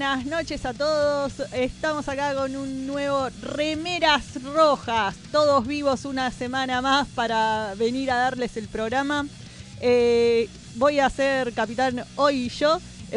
buenas noches a todos. Estamos acá con un nuevo Remeras Rojas. Todos vivos una semana más para venir a darles el programa. Voy a ser capitán hoy yo.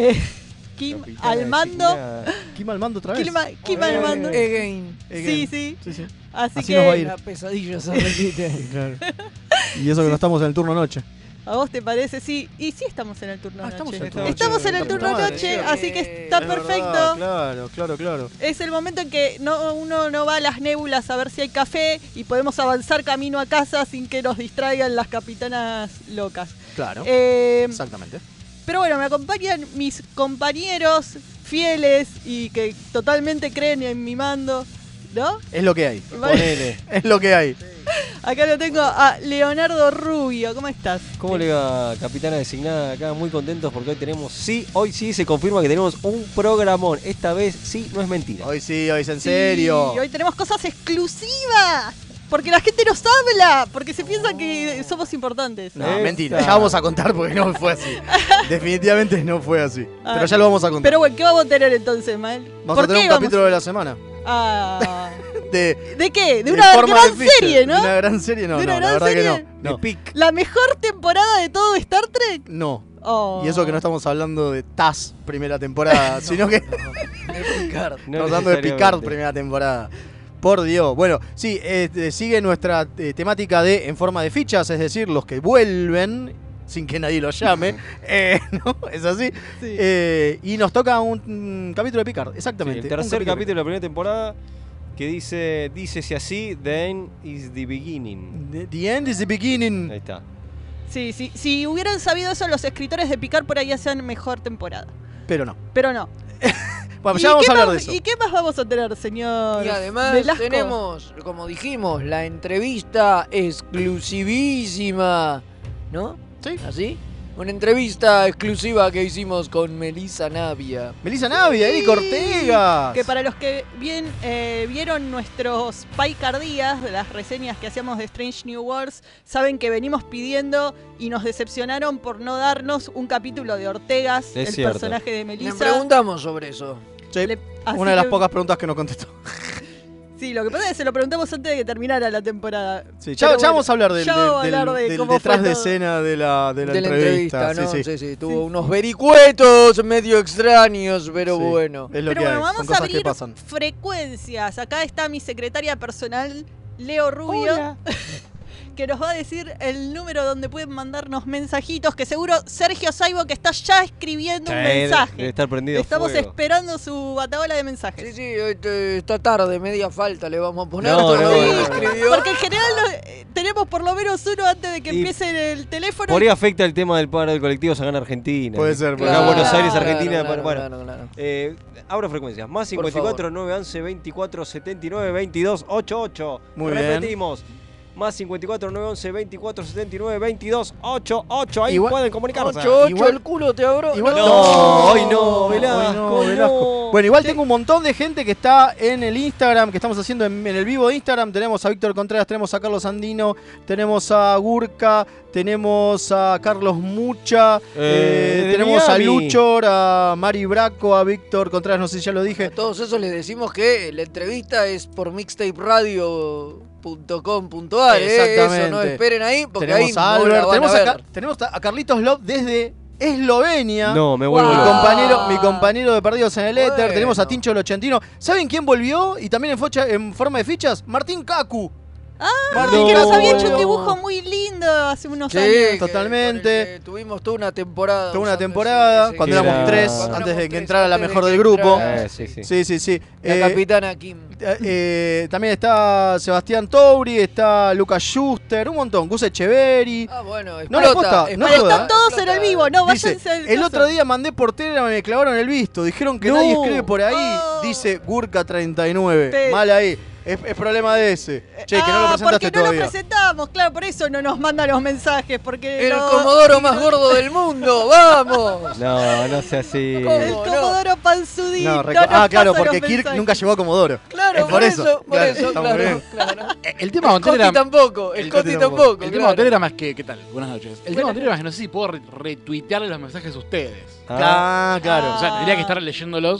Kim Capitana al mando. Kim al mando otra vez. Kim al mando. Again. Sí. Así Así que nos va a ir. La pesadilla se repite. Claro. Y eso que no estamos en el turno noche. ¿a vos te parece? Sí. Y sí estamos en el turno noche. Estamos en el Estamos en el turno madre. noche, Sí, así que está Es perfecto. verdad, claro. Es el momento en que uno no va a las nébulas a ver si hay café y podemos avanzar camino a casa sin que nos distraigan las capitanas locas. Claro. Eh, Exactamente. pero bueno, me acompañan mis compañeros fieles y que totalmente creen en mi mando, ¿no? Es lo que hay. Ponele. Es lo que hay. Acá lo tengo a Leonardo Rubio. ¿Cómo estás? ¿Cómo le va, capitana designada? Acá muy contentos porque hoy sí se confirma que tenemos un programón. Esta vez sí, no es mentira. Hoy sí, hoy es en serio. Sí, hoy tenemos cosas exclusivas. Porque la gente nos habla, porque se piensa que somos importantes. No, Esta. mentira. Ya vamos a contar porque no fue así. Definitivamente no fue así. Ah, Pero ya lo vamos a contar. Pero bueno, ¿qué vamos a tener entonces, Mael? Vamos a tener un capítulo de la semana. Ah, De ¿de qué? De una forma gran de ficha. serie, ¿no? De una gran serie, no, ¿De una la gran verdad serie? que no. No. Pic. ¿La mejor temporada de todo Star Trek? No. Oh. Y eso que no estamos hablando de TAS primera temporada, sino que Picard. No estamos hablando de Picard necesariamente. primera temporada. Por Dios. Bueno, sí, sigue nuestra temática de en forma de fichas, es decir, los que vuelven sin que nadie los llame. ¿No? ¿Es así? Sí. Y nos toca un capítulo de Picard, Sí, exactamente. el tercer Un capítulo de la primera temporada que dícese así: The end is the beginning. The end is the beginning. Ahí está. Sí, si hubieran sabido eso los escritores de Picard por ahí hacían mejor temporada. Pero no. Pero no. Bueno, ¿Y ya vamos qué a hablar más- de eso. ¿Y qué más vamos a tener, señor? Y además Velasco? tenemos, como dijimos, la entrevista exclusivísima. ¿No? Sí. ¿Así? Una entrevista exclusiva que hicimos con Melissa Navia. Melissa Navia, Eric Ortega. Que para los que vieron nuestros Picardías, las reseñas que hacíamos de Strange New Worlds, saben que venimos pidiendo y nos decepcionaron por no darnos un capítulo de Ortegas, Es el cierto. personaje de Le Melissa. preguntamos sobre eso. Sí, Así una de las que- pocas preguntas que nos contestó. Sí, lo que pasa es que se lo preguntamos antes de que terminara la temporada. Sí, Pero ya vamos a hablar del, ya vamos a hablar de del cómo detrás fue de todo. escena de la De la entrevista. entrevista, ¿no? Sí, sí. Tuvo unos vericuetos medio extraños, pero Sí. bueno. Es lo Pero que bueno, hay. vamos Son a cosas que abrir pasan. frecuencias. Acá está mi secretaria personal, Leo Rubio, que nos va a decir el número donde pueden mandarnos mensajitos, que seguro Sergio Saibo que está ya escribiendo un mensaje. Debe estar prendido Estamos fuego. esperando su batabola de mensajes. Sí, está tarde, media falta le vamos a poner. No, Todavía no, no no. escribió. Porque en general tenemos por lo menos uno antes de que Y empiece el teléfono. Por ahí afecta el tema del paro de colectivos acá en Argentina. Puede ser, Acá en Buenos Aires, Argentina. Claro, bueno, claro. abro frecuencias. Más Por 54 911 24 79 22 88. Muy bien. Repetimos. Más 54 911 24 79 22 88. Ahí Igual- pueden comunicarse. 8-8, Igual- el culo te abro. igual- No, hoy no, Hoy Velasco. no, hoy Velasco. no. Bueno, igual tengo un montón de gente que está en el Instagram, que estamos haciendo en el vivo de Instagram. Tenemos a Víctor Contreras, tenemos a Carlos Andino, tenemos a Gurka, tenemos a Carlos Mucha, De tenemos a Miami. Luchor, a Mari Braco, a Víctor Contreras, no sé si ya lo A dije. todos esos les decimos que la entrevista es por mixtaperadio.com.ar. Exactamente. Eso no esperen ahí porque Tenemos ahí a no Albert, la van tenemos a a, ver. tenemos a Carlitos Love desde Eslovenia. No, me vuelvo Wow. loco. Mi compañero de Perdidos en el Éter. Bueno. Tenemos a Tincho el Ochentino. ¿Saben quién volvió? Y también en forma de fichas, Martín Cacu. Martín, que nos había hecho un No. dibujo muy lindo hace unos Sí, años. que- Totalmente. con el que tuvimos toda una temporada. Toda una usando temporada, ese- cuando Qué éramos grande. tres, Cuando antes de que tres, entrara la antes de mejor que del grupo. entrara Sí. Sí. La capitana Kim. También está Sebastián Touri, está Lucas Schuster, un montón. Gus Echeverri. Ah, bueno, No, explota, posta, no explota, joda. Están todos en el vivo, no, Dice, váyanse al el coso. otro día mandé por Telegram y me clavaron el visto. Dijeron que No. nadie escribe por ahí. Oh. Dice Gurka 39. Pe- Mal ahí. Es problema de ese. Che, que no lo presentaste porque no todavía. lo presentamos, claro, por eso no nos mandan los mensajes, porque El no- comodoro más gordo del mundo, vamos. No sea así. ¿Cómo? El no. Comodoro Panzudito. No, nos claro, pasa porque los Kirk mensajes. nunca llevó a Comodoro. Claro, Es por eso. por Claro, eso, está muy claro, bien. claro. El tema con Coti Telegram. tampoco, el Coti tampoco. El tema claro. con Telegram es que. ¿Qué tal? Buenas noches. El tema Buenas con Telegram es que no sé si puedo retuitearle los mensajes a ustedes. Claro. O sea, tendría que estar leyéndolos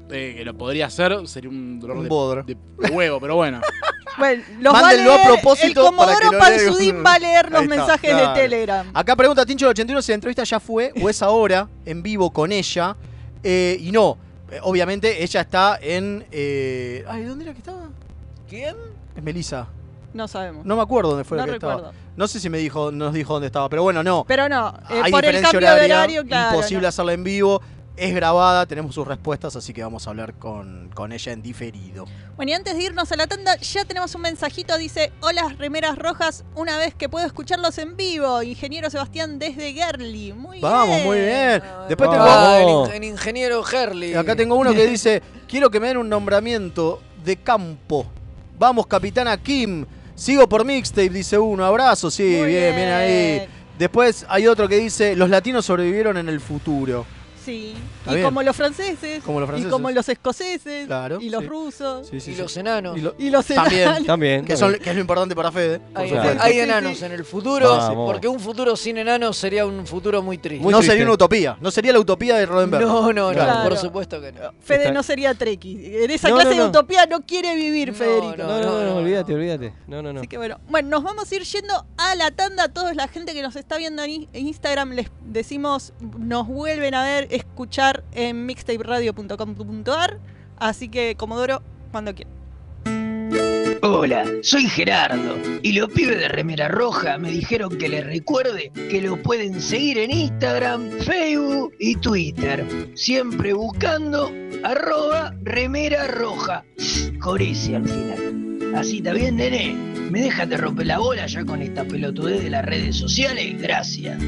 que lo podría hacer, sería un dolor Un bodro. de huevo, pero bueno. Bueno, los va a Mándenlo a leer, propósito el para que Comodoro lo Parsudín lea. va a leer los Ahí está, mensajes claro. de Telegram. Acá pregunta Tincho81 si la entrevista ya fue o es ahora, en vivo con ella. Y no, obviamente ella está en... Ay, ¿dónde era que estaba? ¿Quién? Es Melissa. No sabemos. No me acuerdo dónde fue No la que recuerdo. estaba. No sé si nos dijo dónde estaba, pero bueno, no. Pero no, Hay por el diferencia cambio horaria, de horario, claro. imposible no. hacerla en vivo. Es grabada, tenemos sus respuestas, así que vamos a hablar con ella en diferido. Bueno, y antes de irnos a la tanda, ya tenemos un mensajito. Dice, hola, remeras rojas, una vez que puedo escucharlos en vivo. Ingeniero Sebastián desde Gerli. Muy Vamos, bien. muy bien. Después Vamos. El ingeniero Herley. Acá tengo uno que dice, quiero que me den un nombramiento de campo. Vamos, capitana Kim. Sigo por mixtape, dice uno. Abrazo, sí, Muy bien ahí. Después hay otro que dice, los latinos sobrevivieron en el futuro. Sí. Está Y bien. como los franceses. Como los franceses. Y como los escoceses. Claro, Y los sí. rusos. Sí, sí, Y sí. los enanos. Y los También. enanos. También. Que es lo importante para Fede. por Hay, supuesto. hay Sí, enanos sí. en el futuro, Vamos. porque un futuro sin enanos sería un futuro muy triste. Muy no triste. sería una utopía. No sería la utopía de Roddenberry. No, Claro. por supuesto que no. Fede Está- no sería Treki. En esa No, clase no, de no. utopía no quiere vivir, No, Federico. No, olvídate. No. Así que bueno, nos vamos a ir yendo a la tanda. A toda la gente que nos está viendo en Instagram les decimos, nos vuelven a ver, escuchar en mixtaperadio.com.ar. Así que, Comodoro, cuando quieran. Hola, soy Gerardo y los pibes de Remera Roja me dijeron que les recuerde que lo pueden seguir en Instagram, Facebook y Twitter, siempre buscando @Remera Roja. Jorece al final. Así está bien, nene. ¿Me dejas de romper la bola ya con esta pelotudez de las redes sociales? Gracias.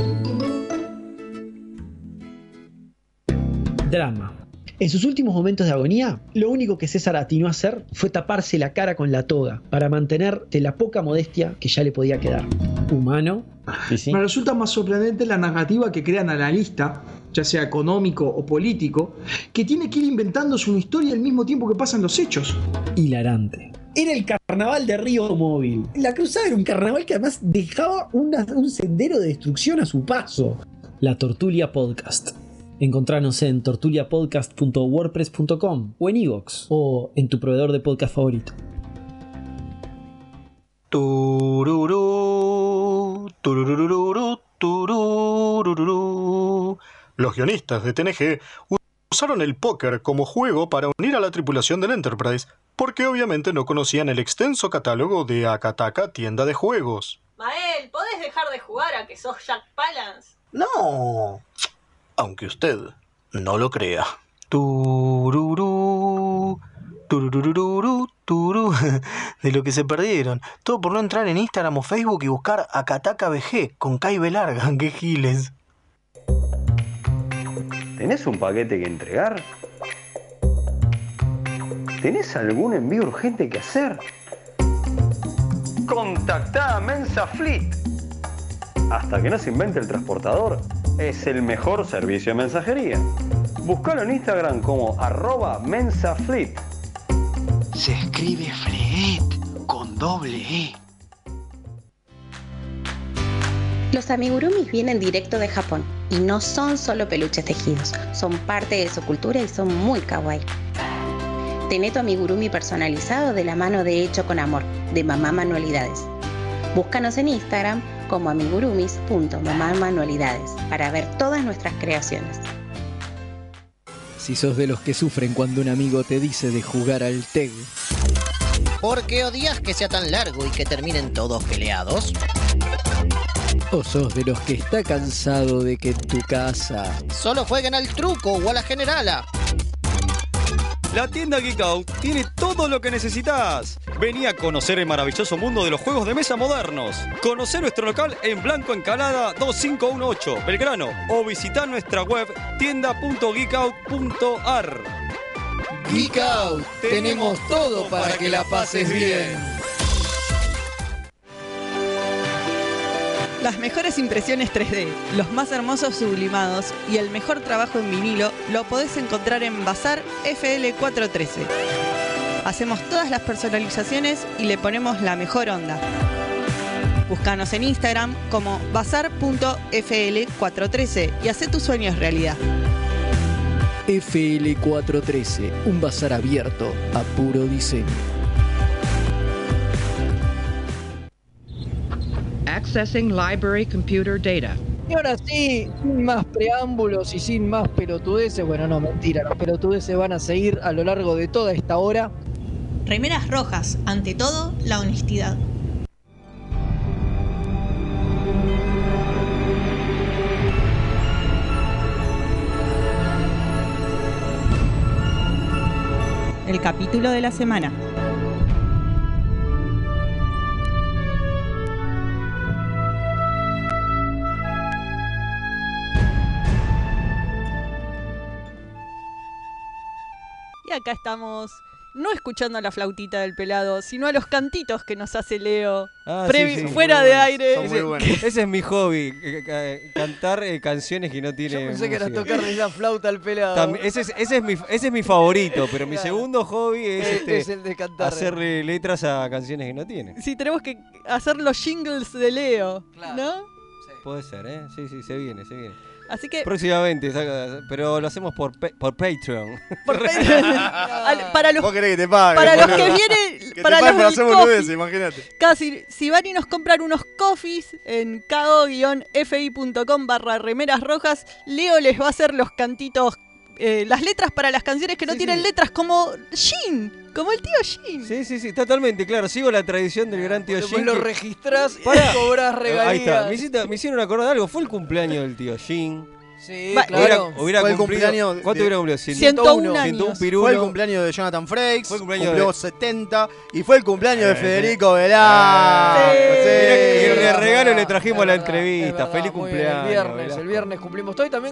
Drama. En sus últimos momentos de agonía, lo único que César atinó a hacer fue taparse la cara con la toga para mantener de la poca modestia que ya le podía quedar. Humano. Sí. Me resulta más sorprendente la narrativa que crea el analista, ya sea económico o político, que tiene que ir inventándose una historia al mismo tiempo que pasan los hechos. Hilarante. Era el carnaval de Río Móvil. La cruzada era un carnaval que además dejaba un sendero de destrucción a su paso. La Tortulia Podcast. Encontranos en tortuliapodcast.wordpress.com o en iVoox o en tu proveedor de podcast favorito. Tururú, tururururu, tururururu. Los guionistas de TNG usaron el póker como juego para unir a la tripulación del Enterprise, porque obviamente no conocían el extenso catálogo de Akataka, tienda de juegos. Mael, ¿podés dejar de jugar a que sos Jack Palance? No, aunque usted no lo crea. Tururú, tururururu, turú. De lo que se perdieron. Todo por no entrar en Instagram o Facebook y buscar Akataka BG con Kai Belarga. ¡Qué giles! ¿Tenés un paquete que entregar? ¿Tenés algún envío urgente que hacer? Contactá a Mensa Fleet. Hasta que no se invente el transportador, es el mejor servicio de mensajería. Búscalo en Instagram como @mensafleet. Se escribe Fleet con doble E. Los amigurumis vienen directo de Japón y no son solo peluches tejidos, son parte de su cultura y son muy kawaii. Tené tu amigurumi personalizado de la mano de Hecho con Amor, de Mamá Manualidades. Búscanos en Instagram como amigurumis.mamamanualidades para ver todas nuestras creaciones. Si sos de los que sufren cuando un amigo te dice de jugar al TEG, ¿Por qué odias que sea tan largo y que terminen todos peleados? o sos de los que está cansado de que en tu casa Solo jueguen al truco o a la generala. La tienda Geek Out tiene todo lo que necesitas. Vení a conocer el maravilloso mundo de los juegos de mesa modernos. Conocer nuestro local en Blanco Encalada 2518, Belgrano. O visitar nuestra web tienda.geekout.ar. Geek Out, tenemos todo para que la pases bien. Las mejores impresiones 3D, los más hermosos sublimados y el mejor trabajo en vinilo lo podés encontrar en Bazar FL413. Hacemos todas las personalizaciones y le ponemos la mejor onda. Búscanos en Instagram como bazar.fl413 y hacé tus sueños realidad. FL413, un bazar abierto a puro diseño. Accessing library computer data. Y ahora sí, sin más preámbulos y sin más pelotudeces, bueno, no, mentira, los pelotudeces van a seguir a lo largo de toda esta hora. Remeras rojas, ante todo, la honestidad. El capítulo de la semana. Y acá estamos, no escuchando a la flautita del pelado, sino a los cantitos que nos hace Leo fuera de aire. Ese es mi hobby, cantar canciones que no tienen. Yo pensé música. que era tocarle la flauta al pelado. Ese es mi favorito, pero mi segundo hobby es el de cantar. hacerle letras a canciones que no tienen. Sí, tenemos que hacer los jingles de Leo, ¿no? Puede ser, ¿eh? Sí, se viene. Así que próximamente, pero lo hacemos por Patreon. Por Patreon. Para los, ¿Vos querés que te pague? para los que vienen, Que para te los paguen del hacer coffee. boludeces, imagínate. Casi, si van y nos compran unos coffees en ko-fi.com/remeras rojas, Leo les va a hacer los cantitos, las letras para las canciones que no tienen letras, como Jin, como el tío Jin. Sí, totalmente, claro. Sigo la tradición del gran tío Después Jin. lo que- registrás y Pará. cobrás regalías. Ahí está, me hicieron acordar de algo. Fue el cumpleaños del tío Jin. Sí, claro. Hubiera Fue el cumplido, cumpleaños ¿cuánto de- hubiera cumplido? 101 años. 101 pirulo. Fue el cumpleaños de Jonathan Frakes, Fue el cumpleaños cumplió de- 70 y fue el cumpleaños de Federico Velá. Mirá que Sí. de regalo le trajimos la Es entrevista. verdad, Feliz muy bien, cumpleaños. el viernes cumplimos todo y también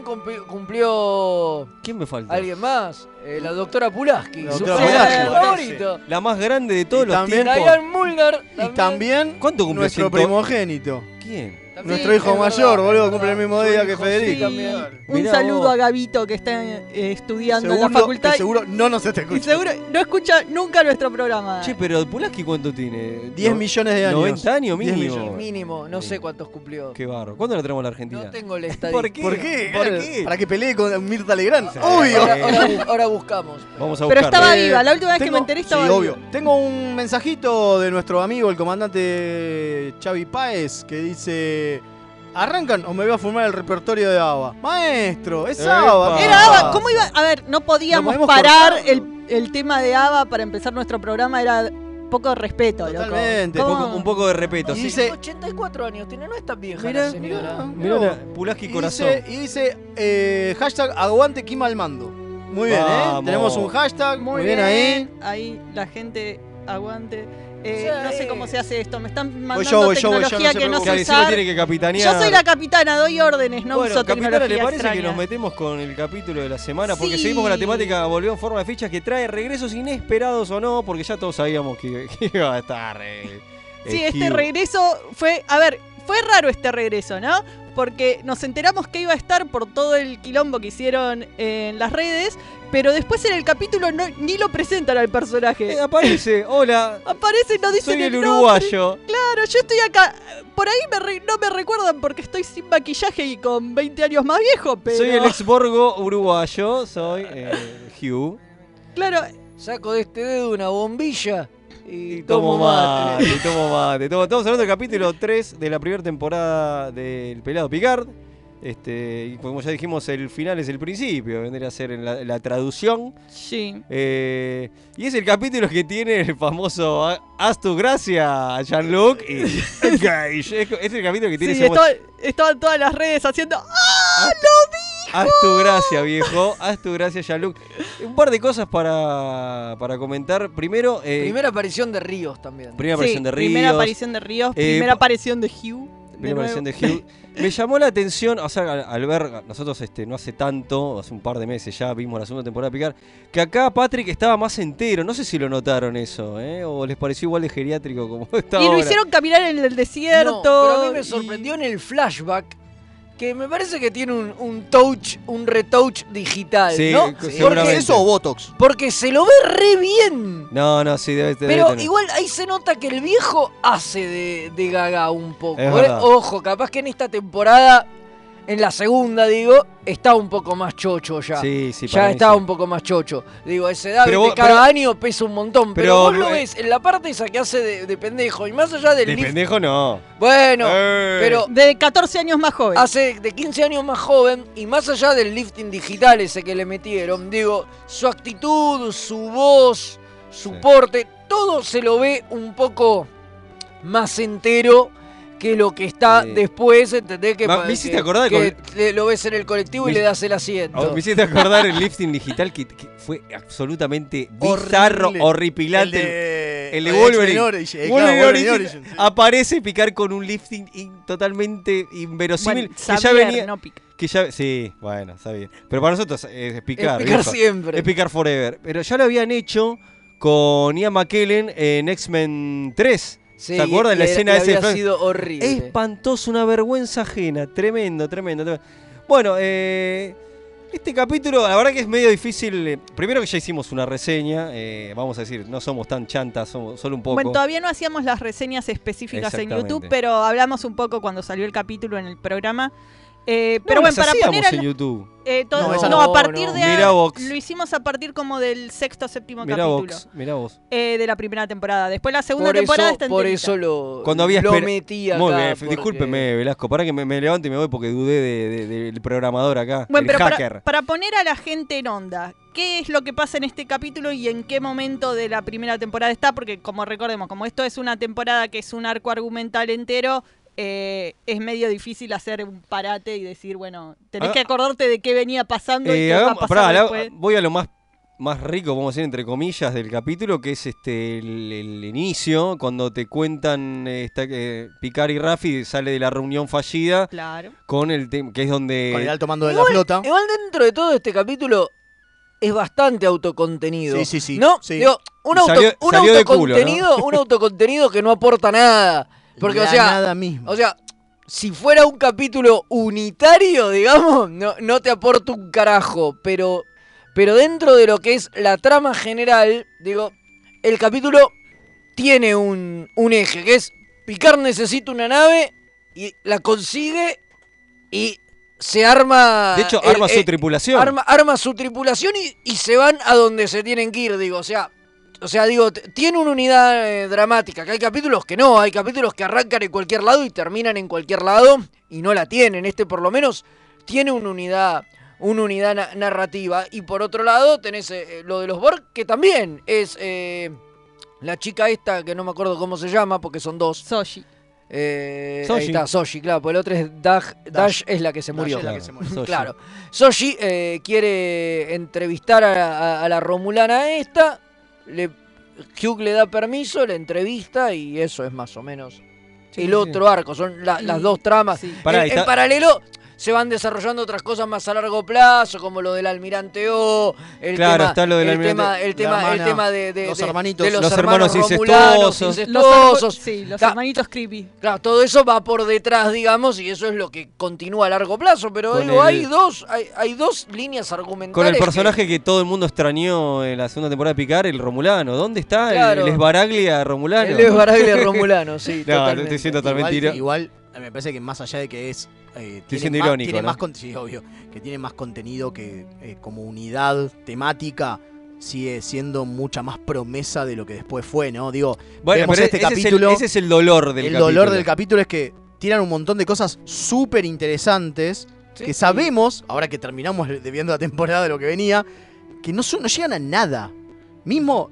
cumplió ¿Quién me falta? alguien más, la doctora Pulaski, La su doctora personaje Pulaski. favorito. La más grande de todos Y los también- tiempos. Diane Mulder Y también ¿Cuánto cumple? nuestro 100? primogénito. ¿Quién? Nuestro hijo mayor, boludo, cumple el mismo día que Federico. Un Mirá saludo vos. a Gabito que está estudiando en la Seguro facultad. que seguro no nos está Y escuchando. seguro no escucha nunca nuestro programa. Che, pero Pulaski ¿cuánto tiene? 10 millones de años. 90 años 10 mínimo. millones. Mínimo, no sé cuántos cumplió. Qué barro. ¿Cuándo lo traemos a la Argentina? No tengo la estadística. ¿Por qué? ¿Por qué? ¿Por qué? Para que pelee con Mirta Legrand. Obvio. Ahora buscamos. Vamos a Pero buscarlo. estaba viva, la última vez que Tengo- me enteré estaba sí, viva. obvio. Tengo un mensajito de nuestro amigo, el comandante Xavi Páez, que dice: ¿arrancan o me voy a formar el repertorio de ABBA? Maestro, es Epa. ABBA. Era ABBA, ¿cómo iba? A ver, no podíamos podemos parar cortar. el tema de ABBA para empezar nuestro programa, era poco de respeto, Totalmente. loco. Un poco de respeto. Y Sí. dice- 84 años tiene, no es tan vieja Mirá, la señora. Mirá, Pulaski corazón. Y dice hashtag aguante Kim al mando. Muy bien, Vamos. Tenemos un hashtag, muy bien ahí. Ahí la gente aguante. Sí. No sé cómo se hace esto, me están Voy mandando yo, no se tecnología que no preocupe. sé Claro, encima usar. tiene que capitanear. Yo soy la capitana, doy órdenes, no Bueno, uso capitana, tecnología ¿le parece extraña. que nos metemos con el capítulo de la semana? Porque Sí. seguimos con la temática Volvió en forma de fichas, que trae regresos inesperados o no, porque ya todos sabíamos que iba a estar. Sí, este Hugh. regreso fue... A ver, fue raro este regreso, ¿no? Porque nos enteramos que iba a estar por todo el quilombo que hicieron en las redes, pero después en el capítulo ni lo presentan al personaje. Aparece, hola. Aparece, no dicen Soy el nombre. uruguayo. Claro, yo estoy acá. Por ahí no me recuerdan porque estoy sin maquillaje y con 20 años más viejo, pero... Soy el exborgo uruguayo, soy Hugh. Claro, Saco de este dedo una bombilla y Tomo tomo mate. Estamos hablando del capítulo 3 de la primera temporada del Pelado Picard. Y como ya dijimos, el final es el principio, vendría a ser en la traducción. sí. Y es el capítulo que tiene el famoso Haz tu gracia, Jean-Luc y Engage. Es el capítulo que tiene Sí, ese estaban todas las redes haciendo... ¡Ah, Haz tu gracia, viejo. Haz tu gracia, Jean-Luc. Un par de cosas para comentar. Primero, Primera aparición de Ríos también. primera aparición de Ríos. Primera aparición de Ríos, primera aparición de Hugh. Primera aparición de Hugh. Me llamó la atención, o sea, al ver, nosotros no hace tanto, hace un par de meses ya vimos la segunda temporada de Picard, que acá Patrick estaba más entero. No sé si lo notaron eso, o les pareció igual de geriátrico como estaba Y lo ahora. hicieron caminar en el desierto. No, pero a mí me sorprendió en el flashback que me parece que tiene un retouch digital, Sí, ¿no? seguramente. ¿Eso o Botox? Porque se lo ve re bien. No, sí, debe Pero tener. igual ahí se nota que el viejo hace de Gaga un poco. Es verdad. Ojo, capaz que en esta temporada En la segunda, digo, está un poco más chocho ya. Sí, Ya está un poco más chocho. Digo, esa edad Pero cada año pesa un montón. Pero vos lo pero- ves en la parte esa que hace de pendejo. Y más allá del De lift. pendejo no. Bueno, pero De 14 años más joven. hace de 15 años más joven. Y más allá del lifting digital ese que le metieron. Digo, su actitud, su voz, su porte. Todo se lo ve un poco más entero que lo que está después, ¿entendés? Que, Me hiciste acordar que lo ves en el colectivo y le das el asiento. Me hiciste acordar el lifting digital que fue absolutamente bizarro, Horrible. horripilante. El de Wolverine. Origin, claro, Wolverine Wolverine Origin. Origin. Aparece Picard con un lifting totalmente inverosímil. Bueno, que ya Xavier, venía. no Picard. Que ya, sí, bueno, sabía. Pero para nosotros es Picard. Es Picard viejo. siempre. Es Picard Forever. Pero ya lo habían hecho con Ian McKellen en X-Men 3. Sí, ¿Se acuerdan? La y escena de ese había sido horrible. espantoso, una vergüenza ajena. Tremendo. Bueno, este capítulo, la verdad que es medio difícil. Primero que ya hicimos una reseña. Vamos a decir, no somos tan chantas, somos solo un poco. Bueno, todavía no hacíamos las reseñas específicas en Exactamente. YouTube, pero hablamos un poco cuando salió el capítulo en el programa. Pero No, bueno, las para hacíamos poner en YouTube. no, a partir de Mirá vos. lo hicimos a partir como del sexto o séptimo capítulo Mirá vos. de la primera temporada. Después la segunda Por temporada eso, está por enterita. eso lo, Cuando había lo esper- metí acá. Muy bien, porque- discúlpeme, Velasco. Para que me levanto y me voy porque dudé del programador acá. Bueno, el pero hacker. para poner a la gente en onda, ¿qué es lo que pasa en este capítulo y en qué momento de la primera temporada está? Porque como recordemos, como esto es una temporada que es un arco argumental entero, es medio difícil hacer un parate y decir, bueno, tenés que acordarte de qué venía pasando y qué va a pasar después. Voy a lo más rico, vamos a decir, entre comillas, del capítulo, que es el inicio, cuando te cuentan Picard y Raffi sale de la reunión fallida. Claro. Con el tema, que es donde. Con el alto mando de la flota. Igual dentro de todo este capítulo es bastante autocontenido. Sí. ¿No? Sí. Digo, un Salió de culo, autocontenido, un autocontenido que no aporta nada. Porque, La o sea, nada misma. o sea, si fuera un capítulo unitario, digamos, no te aporta un carajo. Pero dentro de lo que es la trama general, digo, el capítulo tiene un eje, que es Picard necesita una nave y la consigue y se arma... De hecho, arma su tripulación. Arma su tripulación y se van a donde se tienen que ir, digo, o sea, digo, tiene una unidad dramática, que hay capítulos que no, hay capítulos que arrancan en cualquier lado y terminan en cualquier lado y no la tienen. Este por lo menos tiene una unidad narrativa. Y por otro lado tenés lo de los Borg, que también es la chica esta, que no me acuerdo cómo se llama, porque son dos. Soshi. Ahí Soshi. está, Soshi, claro, porque el otro es Dash es la que se murió. es la que se murió. Soshi. Claro. Soshi quiere entrevistar a la Romulana esta. Hugh le da permiso, le entrevista y eso es más o menos el otro arco. Son las dos tramas. Pará, En paralelo se van desarrollando otras cosas más a largo plazo, como lo del Almirante O, Está lo del Almirante. el tema de los hermanitos. de Los hermanos romulanos, incestuosos. Los hermanitos creepy. Claro, todo eso va por detrás, digamos, y eso es lo que continúa a largo plazo. Pero Con digo, el- hay dos líneas argumentales. Con el personaje que todo el mundo extrañó en la segunda temporada de Picard, el Romulano. ¿Dónde está Claro. el Esbaraglia Romulano? El Esbaraglia Romulano, sí, No, totalmente. estoy siendo totalmente Igual me parece que más allá de que es siendo irónico, tiene ¿no? más sí, obvio, que tiene más contenido, que como unidad temática sigue siendo mucha más promesa de lo que después fue, ¿no? Digo, Bueno, vemos pero este ese capítulo. es el dolor del capítulo. El dolor del capítulo es que tiran un montón de cosas súper interesantes que sabemos, ahora que terminamos de viendo la temporada de lo que venía, que no llegan a nada. Mismo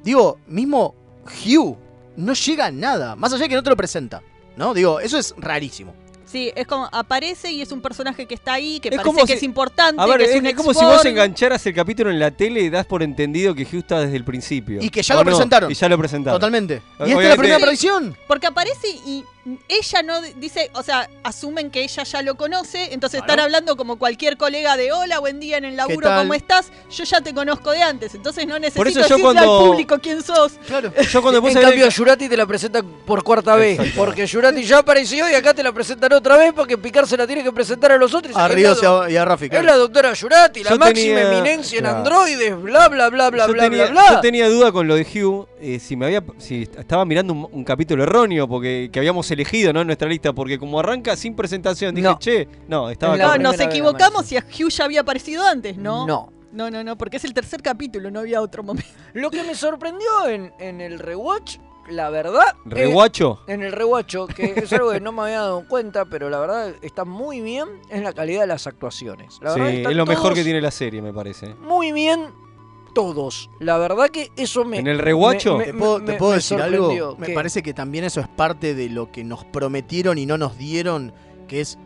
Hugh no llega a nada, más allá de que no te lo presenta, ¿no? Digo, eso es rarísimo. Sí, es como aparece y es un personaje que está ahí, que Es parece como que si- es importante, A ver, que es un es como si export. vos engancharas el capítulo en la tele y das por entendido que Hugh está desde el principio. Y que ya ¿O lo no? presentaron. Y ya lo presentaron. Totalmente. Y esta es Obviamente- la primera aparición. Porque aparece y ella no dice, o sea, asumen que ella ya lo conoce, entonces Claro. están hablando como cualquier colega de hola, buen día en el laburo, tal? ¿cómo estás? Yo ya te conozco de antes, entonces no necesito Por eso yo decirle cuando- al público quién sos. Claro. Yo cuando En puse cambio, Jurati te la presenta por cuarta vez. Porque Jurati ya apareció y acá te la presentan otra vez porque Picard se la tiene que presentar a los otros. A Es Ríos la y a Raffi. Es la doctora Jurati, la Yo máxima tenía- eminencia en claro. androides, bla, bla, bla, bla, yo bla, tenía, bla, bla. yo tenía duda con lo de Hugh si estaba mirando un capítulo erróneo porque que habíamos elegido, ¿no? En nuestra lista, porque como arranca sin presentación, dije, estaba No, acá. nos equivocamos y a Hugh ya había aparecido antes, ¿no? No. No, porque es el tercer capítulo, no había otro momento. Lo que me sorprendió en el rewatch, la verdad... ¿Reguacho? En el rewatcho, que es algo que no me había dado cuenta, pero la verdad está muy bien, es la calidad de las actuaciones. La verdad, es lo mejor que tiene la serie, me parece. Muy bien todos. La verdad que eso me... ¿En el rewatcho? ¿Te puedo decir algo? Me ¿Qué? parece que también eso es parte de lo que nos prometieron y no nos dieron, que es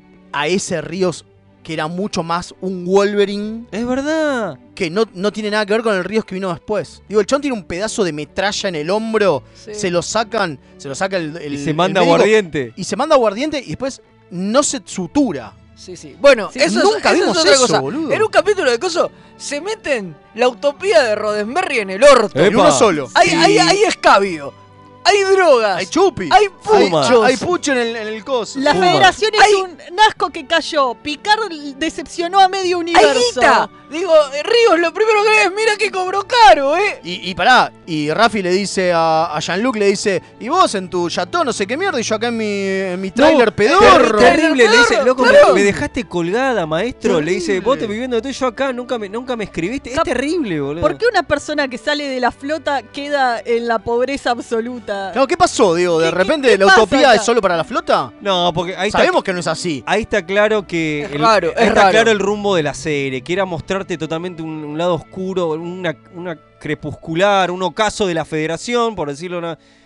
a ese Ríos que era mucho más un Wolverine. Es verdad. Que no tiene nada que ver con el Ríos que vino después. Digo, el chabón tiene un pedazo de metralla en el hombro, se lo saca el y se manda el médico, aguardiente. Y se manda aguardiente y después no se sutura. Sí. Bueno, eso nunca vimos es otra eso, cosa. boludo. En un capítulo de coso se meten la utopía de Roddenberry en el orto. En uno solo. Hay escabio. Hay drogas. Hay chupi. Hay puchos. Hay pucho en el coso. La Federación es un asco que cayó. Picard decepcionó a medio universo. ¡Hay guita! Digo, Ríos, lo primero que ves, mira que cobró caro, ¿eh? Y pará, y Raffi le dice a Jean-Luc, le dice, y vos en tu chateau no sé qué mierda, y yo acá en mi trailer pedorro. Terrible, le dice, loco, claro. me dejaste colgada, maestro. Terrible. Le dice, vos te viviendo de todo, yo acá nunca me escribiste. Es terrible, boludo. ¿Por qué una persona que sale de la flota queda en la pobreza absoluta? Claro, ¿qué pasó, Diego? ¿De repente qué la pasa utopía acá? es solo para la flota? No, porque ahí Sabemos que no es así. Ahí está claro que claro el rumbo de la serie, que era mostrarte totalmente un lado oscuro, una crepuscular, un ocaso de la Federación, por decirlo,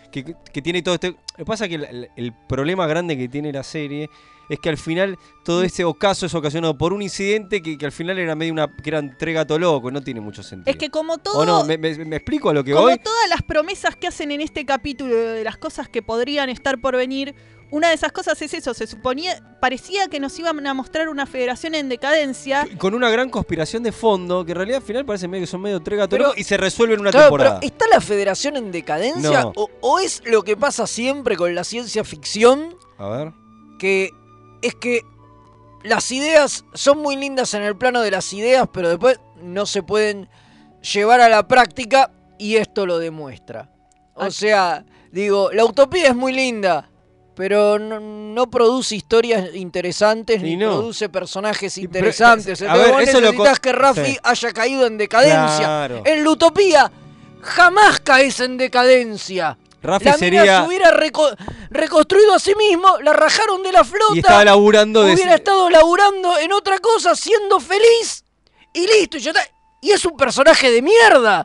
que tiene todo este... Lo que pasa es que el problema grande que tiene la serie es que al final todo ese ocaso es ocasionado por un incidente que al final era medio que era entre gato loco, no tiene mucho sentido. Es que como todo... ¿O no? ¿Me explico a lo que como voy? todas las promesas que hacen en este capítulo de las cosas que podrían estar por venir, una de esas cosas es eso, parecía que nos iban a mostrar una federación en decadencia. Con una gran conspiración de fondo, que en realidad al final parece medio que son medio tres gatos Pero- locos y se resuelve en una Claro, temporada. pero ¿está la Federación en decadencia? No. ¿O es lo que pasa siempre con la ciencia ficción? A ver. Que es que las ideas son muy lindas en el plano de las ideas, pero después no se pueden llevar a la práctica y esto lo demuestra. O sea, digo, la utopía es muy linda, pero no produce historias interesantes ni produce personajes interesantes. a Entonces ver, vos eso lo necesitas co- que Raffi sí. haya caído en decadencia. Claro. En la utopía jamás caes en decadencia. Raffi La mina sería... se hubiera reconstruido a sí mismo, la rajaron de la flota. Y estaba laburando de... Hubiera estado laburando en otra cosa, siendo feliz. Y listo, y es un personaje de mierda.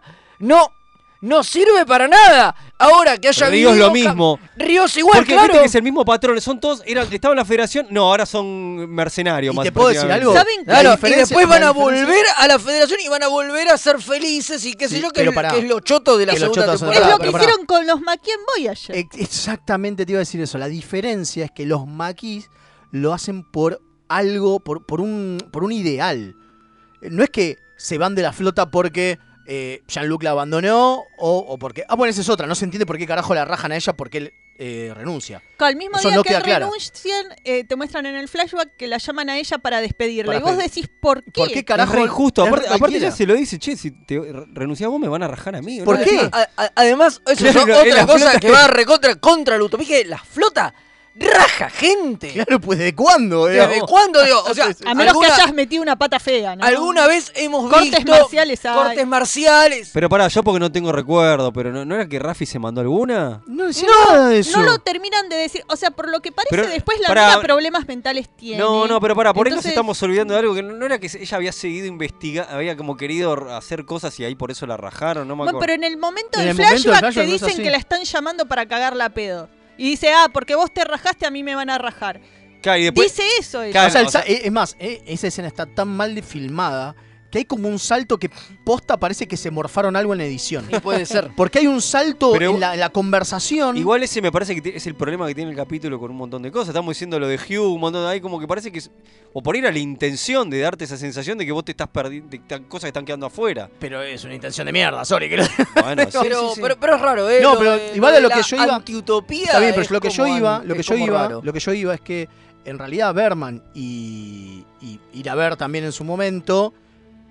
No sirve para nada. Ahora que haya Ríos vivido lo mismo. Ríos igual, Porque claro. viste que es el mismo patrón. Son todos... Estaban en la Federación. No, ahora son mercenarios. ¿Y más te puedo decir prácticamente. algo? ¿Saben Claro, y diferencia- después van la a diferencia- volver a la Federación y van a volver a ser felices y qué sé Sí, yo, que pero es, pará. que es lo choto de la Que es lo segunda choto de la temporada. Es lo que pero pará. hicieron con los Maquis en Voyager. Exactamente te iba a decir eso. La diferencia es que los maquis lo hacen por algo, por un ideal. No es que se van de la flota porque Jean-Luc la abandonó o porque... Ah, bueno, esa es otra. No se entiende por qué carajo la rajan a ella porque él renuncia. Al mismo Eso día no que queda claro. renuncian, te muestran en el flashback que la llaman a ella para despedirla. Para y vos despedir. decís, ¿por qué? ¿Por qué Es carajo? re injusto. es Aparte cualquiera. ella se lo dice, che, si te renunciás vos me van a rajar a mí. ¿Por ¿no? qué? Además, eso Claro, es en otra la cosa flota- que va contra la utopía, que la flota raja gente. Claro, pues ¿de cuándo? ¿Desde cuándo, digo? O sea, A menos que hayas metido una pata fea, ¿no? alguna vez hemos Cortes visto marciales hay. cortes marciales. Pero pará, yo porque no tengo recuerdo, pero ¿no era que Raffi se mandó alguna? No decía nada de eso. No lo terminan de decir. O sea, por lo que parece, Pero, después la pará. mina problemas mentales tiene. No, pero pará, por ahí nos Entonces, estamos olvidando de algo que no era que ella había seguido investigando, había como querido hacer cosas y ahí por eso la rajaron, no me Bueno, acuerdo. pero en el momento En del el momento del flashback flashback te no es dicen así. que la están llamando para cagarla a pedo. Y dice, porque vos te rajaste, a mí me van a rajar. Claro, y después, Dice eso ella. Claro, O sea, o sea- es más, esa escena está tan mal filmada que hay como un salto que posta parece que se morfaron algo en la edición. Y puede ser. Porque hay un salto Pero en la conversación. igual ese me parece que es el problema que tiene el capítulo con un montón de cosas. Estamos diciendo lo de Hugh, un montón de ahí como que parece que o por ir a la intención de darte esa sensación de que vos te estás perdiendo, de cosas que están quedando afuera. Pero es una intención de mierda, sorry. Que Bueno, sí, Pero, sí. pero es raro, ¿eh? No, Lo pero de- igual lo a lo de que la yo iba. antiutopía Está bien, pero es lo que yo como iba, an- lo que es yo como iba, raro. lo que yo iba es que en realidad Berman y Iraber también en su momento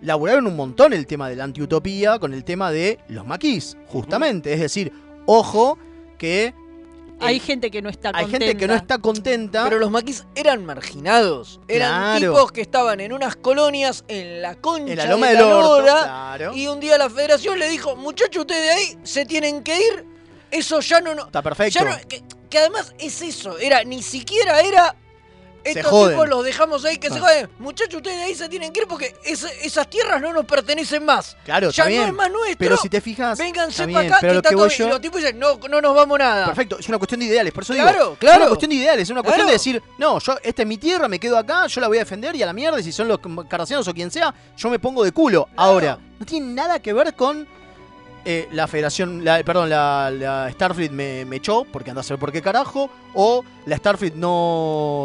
laburaron un montón el tema de la antiutopía con el tema de los maquis, justamente. Es decir, ojo que hay gente que no está contenta. Hay gente que no está contenta. Pero los maquis eran marginados. Eran tipos que estaban en unas colonias en la concha en la loma de del la orto, lora, claro. Y un día la federación le dijo, muchachos, ustedes de ahí se tienen que ir. Eso ya no... Está perfecto. Ya no, que además es eso. Ni siquiera era... Estos tipos los dejamos ahí que se joden. Muchachos, ustedes de ahí se tienen que ir porque esas tierras no nos pertenecen más. Claro, ya está bien. no es más nuestro. Pero si te fijas, vénganse está para bien, acá pero que lo está que todo voy bien. yo- Y los tipos dicen, no nos vamos nada. Perfecto, es una cuestión de ideales, por eso Claro, digo. claro. Es una cuestión de ideales, es una cuestión Claro. de decir, no, esta es mi tierra, me quedo acá, yo la voy a defender y a la mierda, y si son los cardassianos o quien sea, yo me pongo de culo. Ahora, no tiene nada que ver con la Federación, la Starfleet me echó, porque andás a saber por qué carajo, o la Starfleet no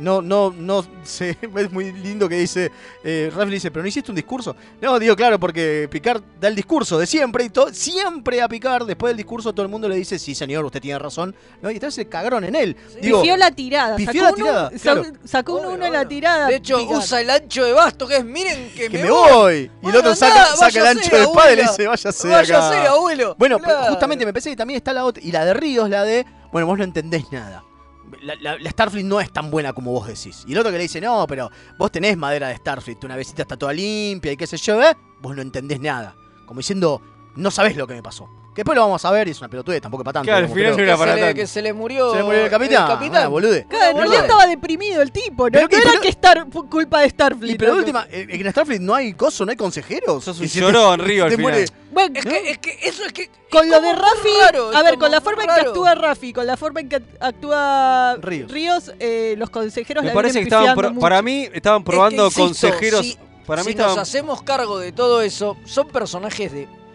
sé, es muy lindo que dice, Ralph dice, pero no hiciste un discurso. No, digo, claro, porque Picard da el discurso de siempre, y siempre a Picard, después del discurso todo el mundo le dice, sí señor, usted tiene razón, ¿no? Y entonces se cagaron en él. Digo, Pifió la tirada. pifió la tirada, claro. Sacó uno en la tirada. De hecho, Picard. usa el ancho de basto que es, miren que me voy. Y el otro saca el ancho de espada y le dice, váyase de acá. Váyase, abuelo. Bueno, Claro. pero justamente me parece que también está la otra. Y la de Ríos, la de, bueno, vos no entendés nada. La Starfleet no es tan buena como vos decís. Y el otro que le dice, no, pero vos tenés madera de Starfleet, tu navecita está toda limpia y qué sé yo, vos no entendés nada. Como diciendo, no sabés lo que me pasó. Que después lo vamos a ver y es una pelotudez, tampoco para tanto. Claro, al final no era para tanto. Que se le murió. ¿Se le murió el capitán? Ah, bolude. Claro, en realidad estaba deprimido el tipo, ¿no? Pero No era que fue culpa de Starfleet. Y pero de ¿no? última, en Starfleet no hay coso, no hay consejeros. Sos un llorón, Río, al final. Bueno, Es que eso es que... con lo de Raffi, raro, a ver, como con la forma en que raro. actúa Raffi, con la forma en que actúa Ríos, los consejeros Me la parece que vienen pifiando mucho. para mí estaban probando Es que, insisto, consejeros. Para mí si nos estaban. hacemos cargo de todo eso, son personajes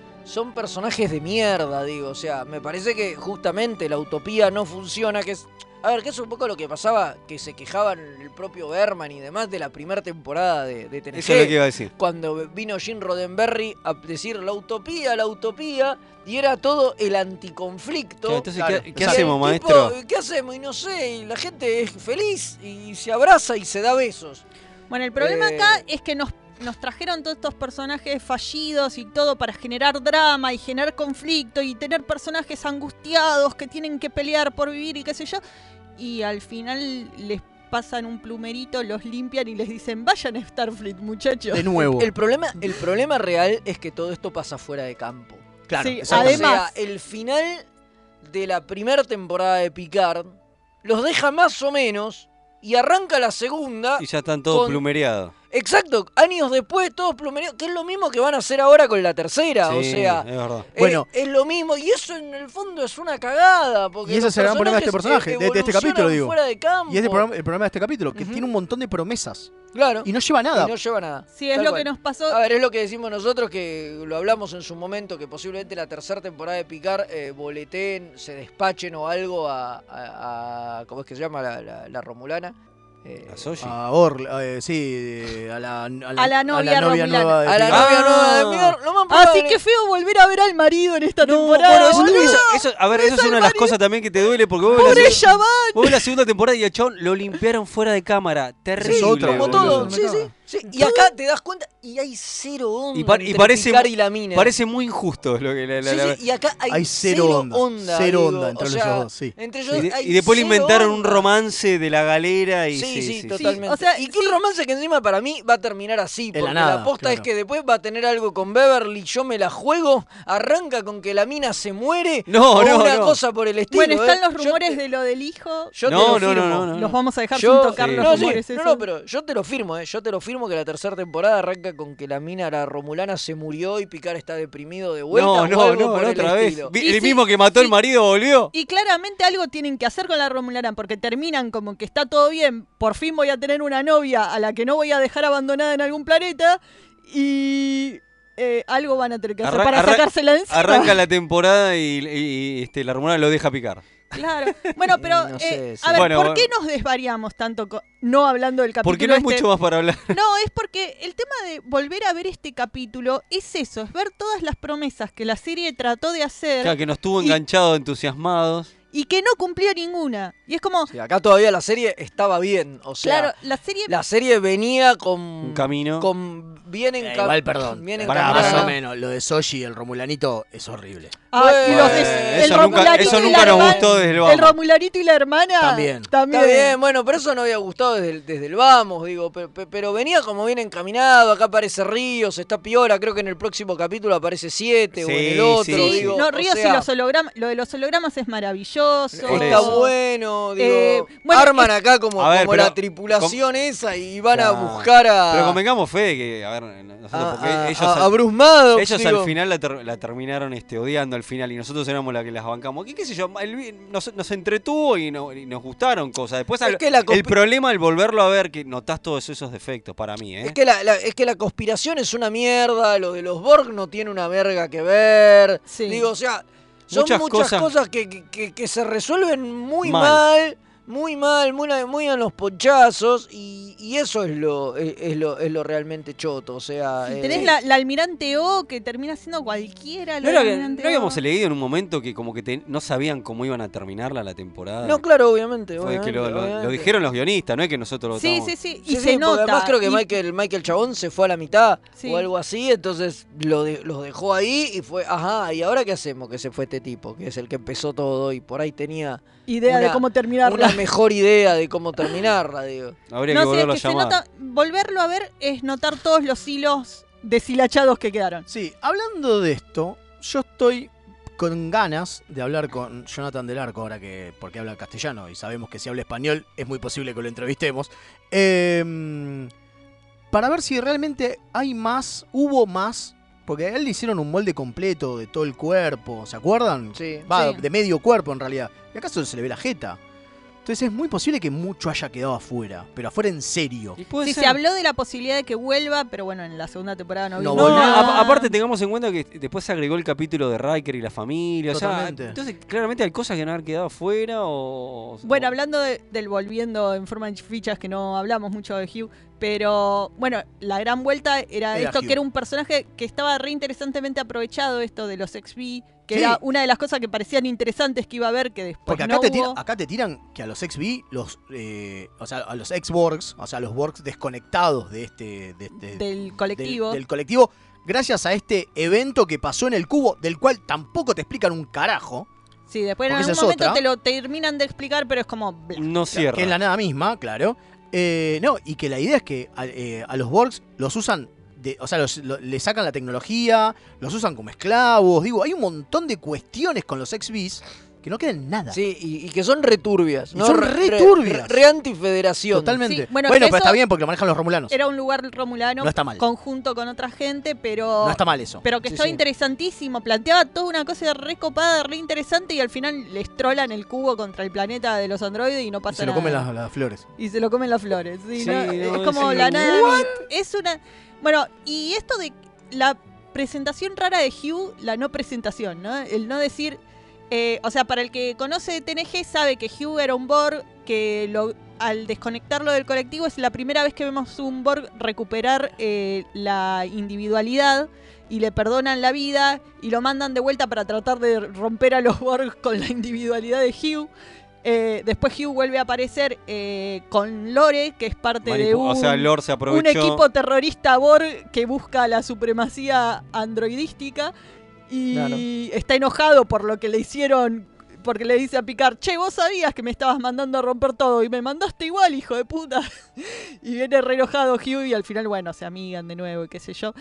de mierda, digo. O sea, me parece que justamente la utopía no funciona, que es... A ver, que es un poco lo que pasaba, que se quejaban el propio Berman y demás de la primera temporada de TNG. Eso es lo que iba a decir. Cuando vino Gene Roddenberry a decir la utopía, y era todo el anticonflicto. Claro, entonces, Claro, ¿qué o sea, hacemos, El tipo, maestro? ¿qué hacemos? Y no sé, y la gente es feliz y se abraza y se da besos. Bueno, el problema acá es que nos trajeron todos estos personajes fallidos y todo para generar drama y generar conflicto y tener personajes angustiados que tienen que pelear por vivir y qué sé yo. Y al final les pasan un plumerito, los limpian y les dicen, vayan a Starfleet, muchachos. De nuevo. El problema real es que todo esto pasa fuera de campo. Claro, Sí, exactamente. además- O sea, el final de la primera temporada de Picard los deja más o menos y arranca la segunda. Y ya están todos con- plumereados. Exacto, años después todos plumereados, que es lo mismo que van a hacer ahora con la tercera, Sí, o sea, es verdad. Bueno. es lo mismo y eso en el fondo es una cagada, porque Y ese los es el gran problema de este personajes, personaje, de este capítulo, evolucionan digo. fuera de campo. Y es el problema de este capítulo, que tiene un montón de promesas. Claro. Y no lleva nada. Y no lleva nada. Sí, es Tal lo cual. que nos pasó. A ver, es lo que decimos nosotros, que lo hablamos en su momento, que posiblemente la tercera temporada de Picard boleteen, se despachen o algo a ¿cómo es que se llama la Romulana? A Soji. Sí, a la novia romulana. nueva de A la Picard. novia nueva de Picard. Lo más Así probable- que feo volver a ver al marido en esta Bueno, temporada. eso, boludo. a ver, eso es una de las cosas también que te duele porque vos Pobre ves Yaman. la segunda temporada y el chabón lo limpiaron fuera de cámara. Terrible. Es otra, como boludo. todo. Sí, sí, sí. Y acá te das cuenta y hay cero onda Y entre parece, Picard y la mina. parece muy injusto lo que Sí, sí, y acá hay cero onda. Cero digo, onda entre o ellos sea, dos, sí. Entre ellos hay y después le cero inventaron un onda. romance de la galera y Sí, totalmente. o sea, y que un romance que encima para mí va a terminar así, la porque nada, la posta claro. es que después va a tener algo con Beverly, yo me la juego, arranca con que la mina se muere, No, o no, una no. cosa por el estilo. Bueno, están los Yo rumores te- de lo del hijo. Yo No, te lo no, firmo. no, no. Los vamos a dejar Yo- sin tocar los no, rumores. sí, esos. no, pero yo te lo firmo, yo te lo firmo que la tercera temporada arranca con que la mina, la Romulana, se murió y Picard está deprimido de vuelta. No, o no, algo no, por no, el otra vez. estilo. Y El sí, mismo que mató el marido volvió. Y claramente algo tienen que hacer con la Romulana, porque terminan como que está todo bien, por fin voy a tener una novia a la que no voy a dejar abandonada en algún planeta, y algo van a tener que hacer para sacársela de encima. Arranca la temporada y la Romulana lo deja picar. Claro. Bueno, pero, No sé, sí. a ver, Bueno, ¿por qué nos desvariamos tanto no hablando del capítulo? Porque no hay este? mucho más para hablar. No, es porque el tema de volver a ver este capítulo es eso, es ver todas las promesas que la serie trató de hacer. Claro, que nos tuvo Y- enganchados, entusiasmados. y que no cumplió ninguna. Y es como... Sí, acá todavía la serie estaba bien, o sea... Claro, la serie venía con... Un camino. Con bien Igual, perdón. Bien Pará, encaminada. más o menos. Lo de Soji, el Romulanito, es horrible. y los el Romulanito y la hermana- El Romulanito y la hermana. También. Está bien, bueno, pero eso no había gustado desde el vamos, digo, pero venía como bien encaminado, acá aparece Ríos, está piola, creo que en el próximo capítulo aparece 7 o en el otro, Sí, digo. no, o Ríos sea, y los hologramas, lo de los hologramas es maravilloso. está bueno, digo, bueno, arman acá como, A ver, como pero la tripulación esa y van a buscar Pero a... convengamos, Fede, que, a ver, nosotros, porque ellos... a Bruce Maddox, ellos digo. al final la terminaron odiando al final y nosotros éramos la que las bancamos. ¿Qué sé yo? Nos entretuvo y nos gustaron cosas. Después Es que la el problema al volverlo a ver, que notás todos esos defectos para mí, ¿eh? Es que la conspiración es una mierda, lo de los Borg no tiene una verga que ver. Digo, o sea, son muchas cosas que se resuelven muy mal. Muy a los ponchazos y eso es lo realmente choto, o sea... Y tenés la Almirante O que termina siendo cualquiera. ¿No habíamos leído en un momento que como que no sabían cómo iban a terminarla la temporada? No, claro, obviamente. Fue que lo dijeron los guionistas, no es que nosotros lo Sí, estamos... sí, Sí, y se nota. Además creo que y... Michael Chabón se fue a la mitad Sí. o algo así, entonces los dejó ahí y fue, ¿y ahora qué hacemos? Que se fue este tipo, que es el que empezó todo y por ahí tenía... idea de cómo terminarla. Una mejor idea de cómo terminarla, digo. Habría que volverlo a llamar. Volverlo a ver es notar todos los hilos deshilachados que quedaron. Sí, hablando de esto, yo estoy con ganas de hablar con Jonathan Del Arco, ahora que porque habla castellano y sabemos que si habla español es muy posible que lo entrevistemos, para ver si realmente hubo más, porque a él le hicieron un molde completo de todo el cuerpo, ¿se acuerdan? Sí. De medio cuerpo en realidad, y acá solo se le ve la jeta. Entonces es muy posible que mucho haya quedado afuera, pero afuera en serio. Sí, se habló de la posibilidad de que vuelva, pero bueno, en la segunda temporada no vimos No, nada. aparte tengamos en cuenta que después se agregó el capítulo de Riker y la familia. Totalmente. O sea, entonces claramente hay cosas que no haber quedado afuera o... Bueno, hablando del volviendo en forma de fichas, que no hablamos mucho de Hugh, pero bueno, la gran vuelta era esto, Hugh. que era un personaje que estaba re interesantemente aprovechado, esto de los XB, que Sí. era una de las cosas que parecían interesantes que iba a haber, que después Porque no acá, hubo. acá te tiran que a los XB, o sea, a los ex-Borgs, o sea, a los Borgs desconectados de del colectivo. del colectivo, gracias a este evento que pasó en el cubo, del cual tampoco te explican un carajo. Sí, después en porque esa algún es momento otra. te lo terminan de explicar, pero es como... bla. No cierra. Que es la nada misma, claro. No, y que la idea es que a los Borgs los usan, o sea, le sacan la tecnología, los usan como esclavos. Digo, hay un montón de cuestiones con los XBs que no quedan en nada. Sí, y que son returbias, ¿no? Son returbias. Re antifederación. Totalmente. Sí, bueno, pero eso está bien porque lo manejan los romulanos. Era un lugar romulano No está mal. conjunto con otra gente, pero... No está mal eso. Pero que Sí, estaba sí. interesantísimo. Planteaba toda una cosa re copada, re interesante, y al final les trolan el cubo contra el planeta de los androides y no Y pasa se lo nada. comen las flores. Y se lo comen las flores. Sí, Sí, ¿no? no, Es como sí, la nada. ¿what? Es una... Bueno, y esto de la presentación rara de Hugh, la no presentación, ¿no? El no decir... o sea, para el que conoce TNG sabe que Hugh era un Borg, que al desconectarlo del colectivo es la primera vez que vemos un Borg recuperar la individualidad y le perdonan la vida y lo mandan de vuelta para tratar de romper a los Borg con la individualidad de Hugh. Después Hugh vuelve a aparecer con Lore, que es parte de O sea, Lore se un aprovechó. equipo terrorista Borg que busca la supremacía androidística y Claro. está enojado por lo que le hicieron, porque le dice a Picard, che, vos sabías que me estabas mandando a romper todo y me mandaste igual, hijo de puta. Y viene re enojado Hugh y al final, bueno, se amigan de nuevo y qué sé yo.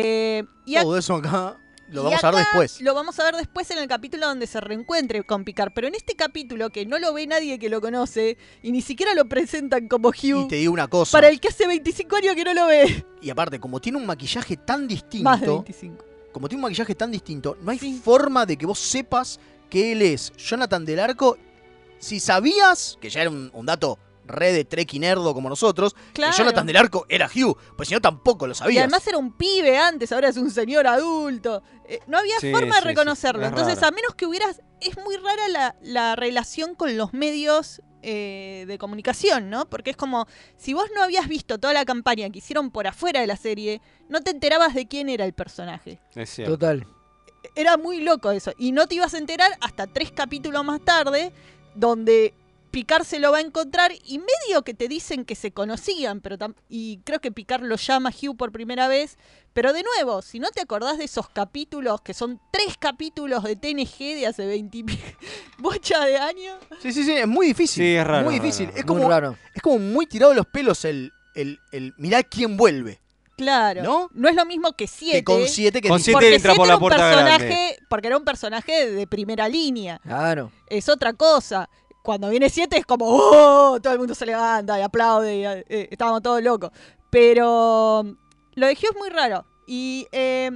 Todo eso acá lo y vamos a ver acá después. Lo vamos a ver después en el capítulo donde se reencuentre con Picard. Pero en este capítulo, que no lo ve nadie que lo conoce, y ni siquiera lo presentan como Hugh, Y te digo una cosa. para el que hace 25 años que no lo ve. Y aparte, como tiene un maquillaje tan distinto. Más de 25. Como tiene un maquillaje tan distinto, no hay forma de que vos sepas que él es Jonathan Del Arco. Si sabías, que ya era un dato re de Trek y nerdo como nosotros, Claro. que Jonathan Del Arco era Hugh, pues si no tampoco lo Y sabías. además era un pibe antes, ahora es un señor adulto. No había Sí, forma de sí, reconocerlo. sí, es Entonces, raro. a menos que hubieras... Es muy rara la relación con los medios de comunicación, ¿no? Porque es como, si vos no habías visto toda la campaña que hicieron por afuera de la serie, no te enterabas de quién era el personaje. Es cierto. Total. era muy loco eso. Y no te ibas a enterar hasta 3 capítulos más tarde, donde Picard se lo va a encontrar y medio que te dicen que se conocían, pero y creo que Picard lo llama a Hugh por primera vez. Pero de nuevo, si no te acordás de esos capítulos, que son 3 capítulos de TNG de hace 20 bocha de años. Sí, es muy difícil. Sí, es raro. Muy difícil. Raro. Es como, Muy raro. Es como muy tirado de los pelos el mirá quién vuelve. Claro. No es lo mismo que 7. Que con 7 que con 7 entra por la puerta grande. Porque era un personaje de primera línea. Claro. Es otra cosa. Cuando viene 7 es como, ¡oh! Todo el mundo se levanta y aplaude. Y, estábamos todos locos. Pero lo de Hugh es muy raro. Y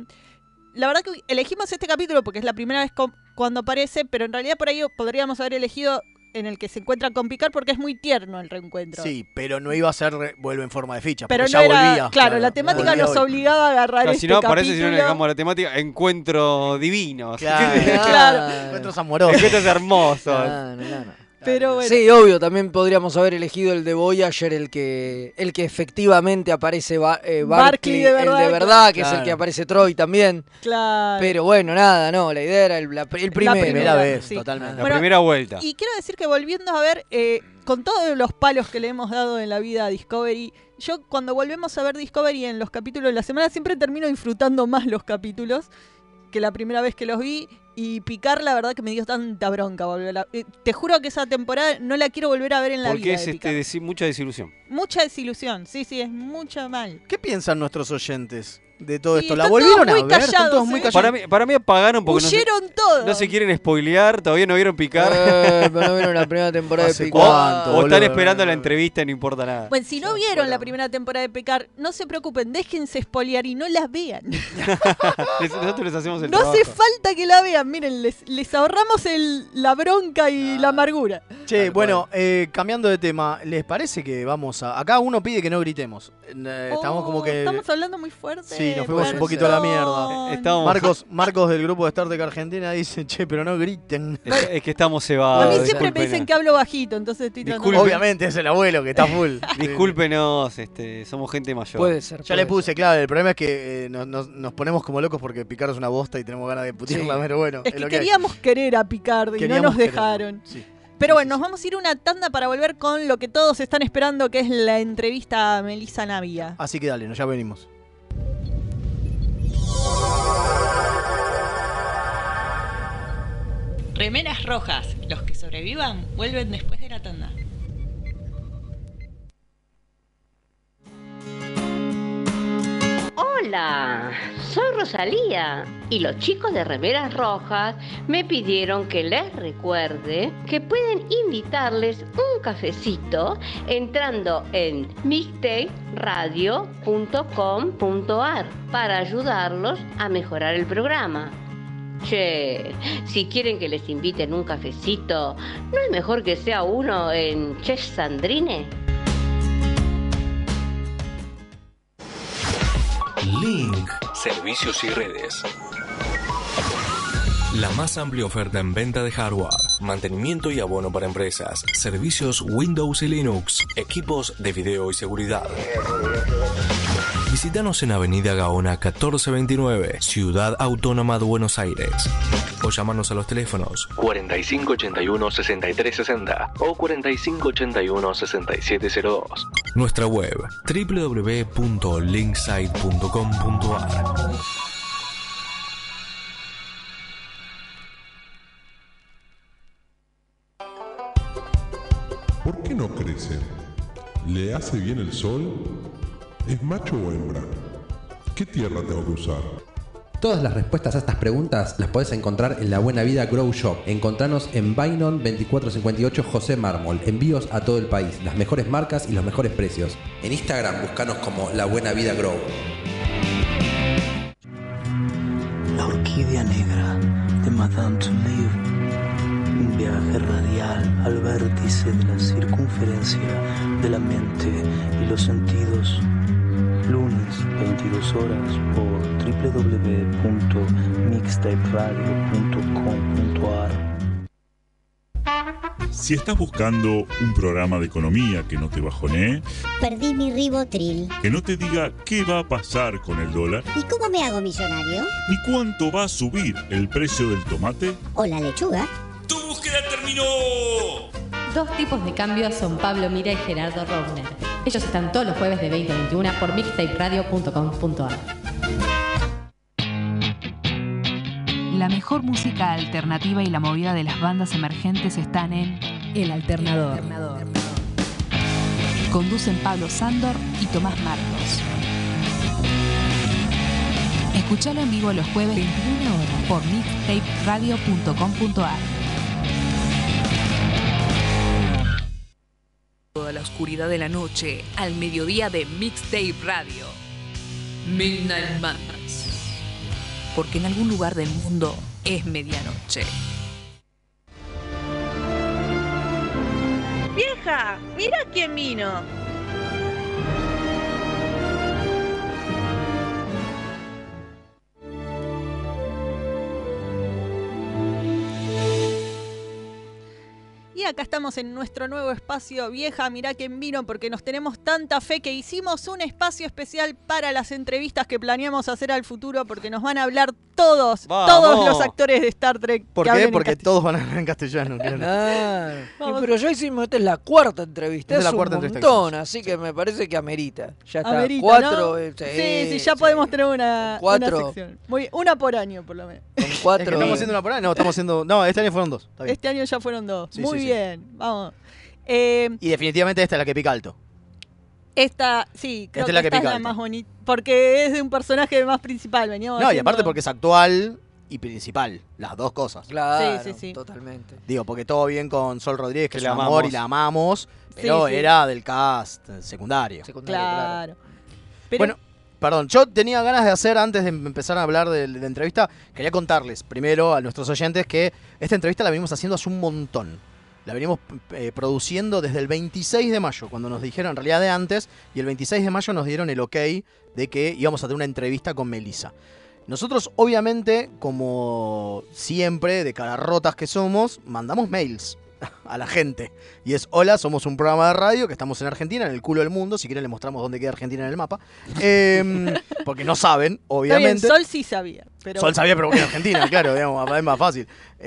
la verdad que elegimos este capítulo porque es la primera vez cuando aparece. Pero en realidad por ahí podríamos haber elegido en el que se encuentra con Picard porque es muy tierno el reencuentro. Sí, pero no iba a ser vuelve en forma de ficha. Pero porque no ya era, volvía. Claro, la temática nos obligaba a agarrar este si no, capítulo. parece si no le dejamos la temática encuentro divino. Claro. Encuentros amorosos. Encuentros hermosos. Claro. Pero bueno. Sí, obvio, también podríamos haber elegido el de Voyager, el que efectivamente aparece Barclay, de verdad, el de verdad, que claro. es el que aparece Troy también. Claro. Pero bueno, nada, no, la idea era el primero. La primera vez, sí. totalmente. La primera vuelta. Y quiero decir que volviendo a ver, con todos los palos que le hemos dado en la vida a Discovery, yo cuando volvemos a ver Discovery en los capítulos de la semana siempre termino disfrutando más los capítulos que la primera vez que los vi. Y Picard, la verdad que me dio tanta bronca volver te juro que esa temporada no la quiero volver a ver en la vida. Porque es mucha desilusión. Mucha desilusión, sí, es mucho mal. ¿Qué piensan nuestros oyentes de todo Sí, esto? ¿La están volvieron todos a muy ver? callados, Están todos muy callados. Para mí apagaron porque Huyeron todos. no se quieren spoilear, todavía no vieron Picard. Pero no vieron la primera temporada de ¿Hace Picard. cuánto, O están boludo? esperando la entrevista y no importa nada. Bueno, si no vieron la primera temporada de Picard, no se preocupen, déjense spoilear y no la vean. Nosotros les hacemos el No trabajo. hace falta que la vean, miren, les ahorramos la bronca y la amargura. Che, bueno, cambiando de tema, ¿les parece que vamos a... Acá uno pide que no gritemos. Estamos como que... Estamos hablando muy fuerte. Sí, nos fuimos un poquito a la mierda. Marcos del grupo de Star Trek Argentina dice, che, pero no griten. Es que estamos cebados. A mí siempre me dicen que hablo bajito, entonces estoy tratando. Obviamente es el abuelo que está full. Discúlpenos, somos gente mayor. Puede ser. Ya le puse, claro, el problema es que nos ponemos como locos porque Picard es una bosta y tenemos ganas de putirla, pero bueno. Es que lo que hay. queríamos querer a Picard y no nos dejaron. Sí. Pero bueno, nos vamos a ir una tanda para volver con lo que todos están esperando, que es la entrevista a Melissa Navia. Así que dale, ya venimos. Remeras rojas. Los que sobrevivan vuelven después de la tanda. Hola, soy Rosalía y los chicos de Remeras Rojas me pidieron que les recuerde que pueden invitarles un cafecito entrando en mixtaperadio.com.ar para ayudarlos a mejorar el programa. Che, si quieren que les inviten un cafecito, ¿no es mejor que sea uno en Chef Sandrine? Link. Servicios y redes. La más amplia oferta en venta de hardware, mantenimiento y abono para empresas, servicios Windows y Linux, equipos de video y seguridad. Visítanos en Avenida Gaona 1429, Ciudad Autónoma de Buenos Aires. O llámanos a los teléfonos 4581-6360 o 4581-6702. Nuestra web www.linksite.com.ar. ¿Por qué no crece? ¿Le hace bien el sol? ¿Es macho o hembra? ¿Qué tierra tengo que usar? Todas las respuestas a estas preguntas las podés encontrar en La Buena Vida Grow Shop. Encontranos en Bainon 2458 José Mármol. Envíos a todo el país, las mejores marcas y los mejores precios. En Instagram buscanos como La Buena Vida Grow. La orquídea negra de Madame Touleau. Un viaje radial al vértice de la circunferencia de la mente y los sentidos. Lunes, 22 horas por www.mixtaperadio.com.ar. Si estás buscando un programa de economía que no te bajonee, Perdí mi Rivotril. que no te diga qué va a pasar con el dólar, ¿Y cómo me hago millonario? ni cuánto va a subir el precio del tomate, ¿O la lechuga? ¡tu búsqueda terminó! Dos tipos de cambios son Pablo Mira y Gerardo Rovner. Ellos están todos los jueves de 20 a 21 por mixtaperadio.com.ar. La mejor música alternativa y la movida de las bandas emergentes están en El Alternador. Conducen Pablo Sándor y Tomás Marcos. Escuchalo en vivo los jueves 21 horas por mixtaperadio.com.ar. Toda la oscuridad de la noche al mediodía de Mixtape Radio. Midnight Madness. Porque en algún lugar del mundo es medianoche. ¡Vieja! ¡Mira quién vino! Y acá estamos en nuestro nuevo espacio Vieja, mirá quién vino, porque nos tenemos tanta fe que hicimos un espacio especial para las entrevistas que planeamos hacer al futuro, porque nos van a hablar todos los actores de Star Trek. ¿Por que qué? hablen en Porque castellano. todos van a hablar en castellano. Claro. Pero ya hicimos, esta es la cuarta entrevista, Esta es es la cuarta un entrevista que montón, así que me parece que amerita. Ya está, Amerita, 4. ¿no? Sí, ya podemos tener una sección. Una por año, por lo menos. Con ¿Es 4. que estamos haciendo una por ahí? No, estamos haciendo... No, este año fueron 2. Está bien. Este año ya fueron 2. Sí, Muy sí, sí. bien, vamos. Y definitivamente esta es la que pica alto. Esta, sí, creo Esta es la que que esta es pica la alto. más bonita. Porque es de un personaje más principal. Veníamos No, y haciendo- aparte porque es actual y principal. Las dos cosas. Claro, Sí, sí, sí. totalmente. Digo, porque todo bien con Sol Rodríguez, que es la un amor amamos. y la amamos, pero sí. era del cast secundario. Claro. Pero, Bueno, perdón, yo tenía ganas de hacer, antes de empezar a hablar de la entrevista, quería contarles primero a nuestros oyentes que esta entrevista la venimos haciendo hace un montón. La venimos produciendo desde el 26 de mayo, cuando nos dijeron, en realidad de antes, y el 26 de mayo nos dieron el ok de que íbamos a tener una entrevista con Melissa. Nosotros, obviamente, como siempre, de cara rotas que somos, mandamos mails a la gente. Y es, hola, somos un programa de radio que estamos en Argentina, en el culo del mundo. Si quieren le mostramos dónde queda Argentina en el mapa. Porque no saben, está bien, obviamente. Sol sí sabía. Pero Sol sabía, pero porque en Argentina, claro, digamos, es más fácil.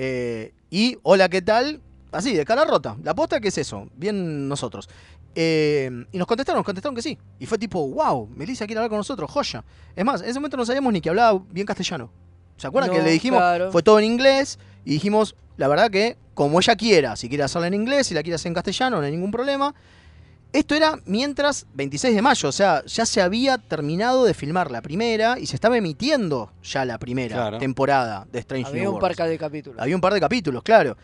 Y, hola, ¿qué tal? Así, de cara rota. La posta que es eso, bien nosotros. Y nos contestaron que sí. Y fue tipo, wow, Melissa quiere hablar con nosotros, joya. Es más, en ese momento no sabíamos ni que hablaba bien castellano. ¿Se acuerdan No, que le dijimos? claro. Fue todo en inglés y dijimos, la verdad que como ella quiera, si quiere hacerla en inglés, si la quiere hacer en castellano, no hay ningún problema. Esto era mientras 26 de mayo, o sea, ya se había terminado de filmar la primera y se estaba emitiendo ya la primera temporada de Strange Había New un Worlds. par de capítulos. Había un par de capítulos, claro.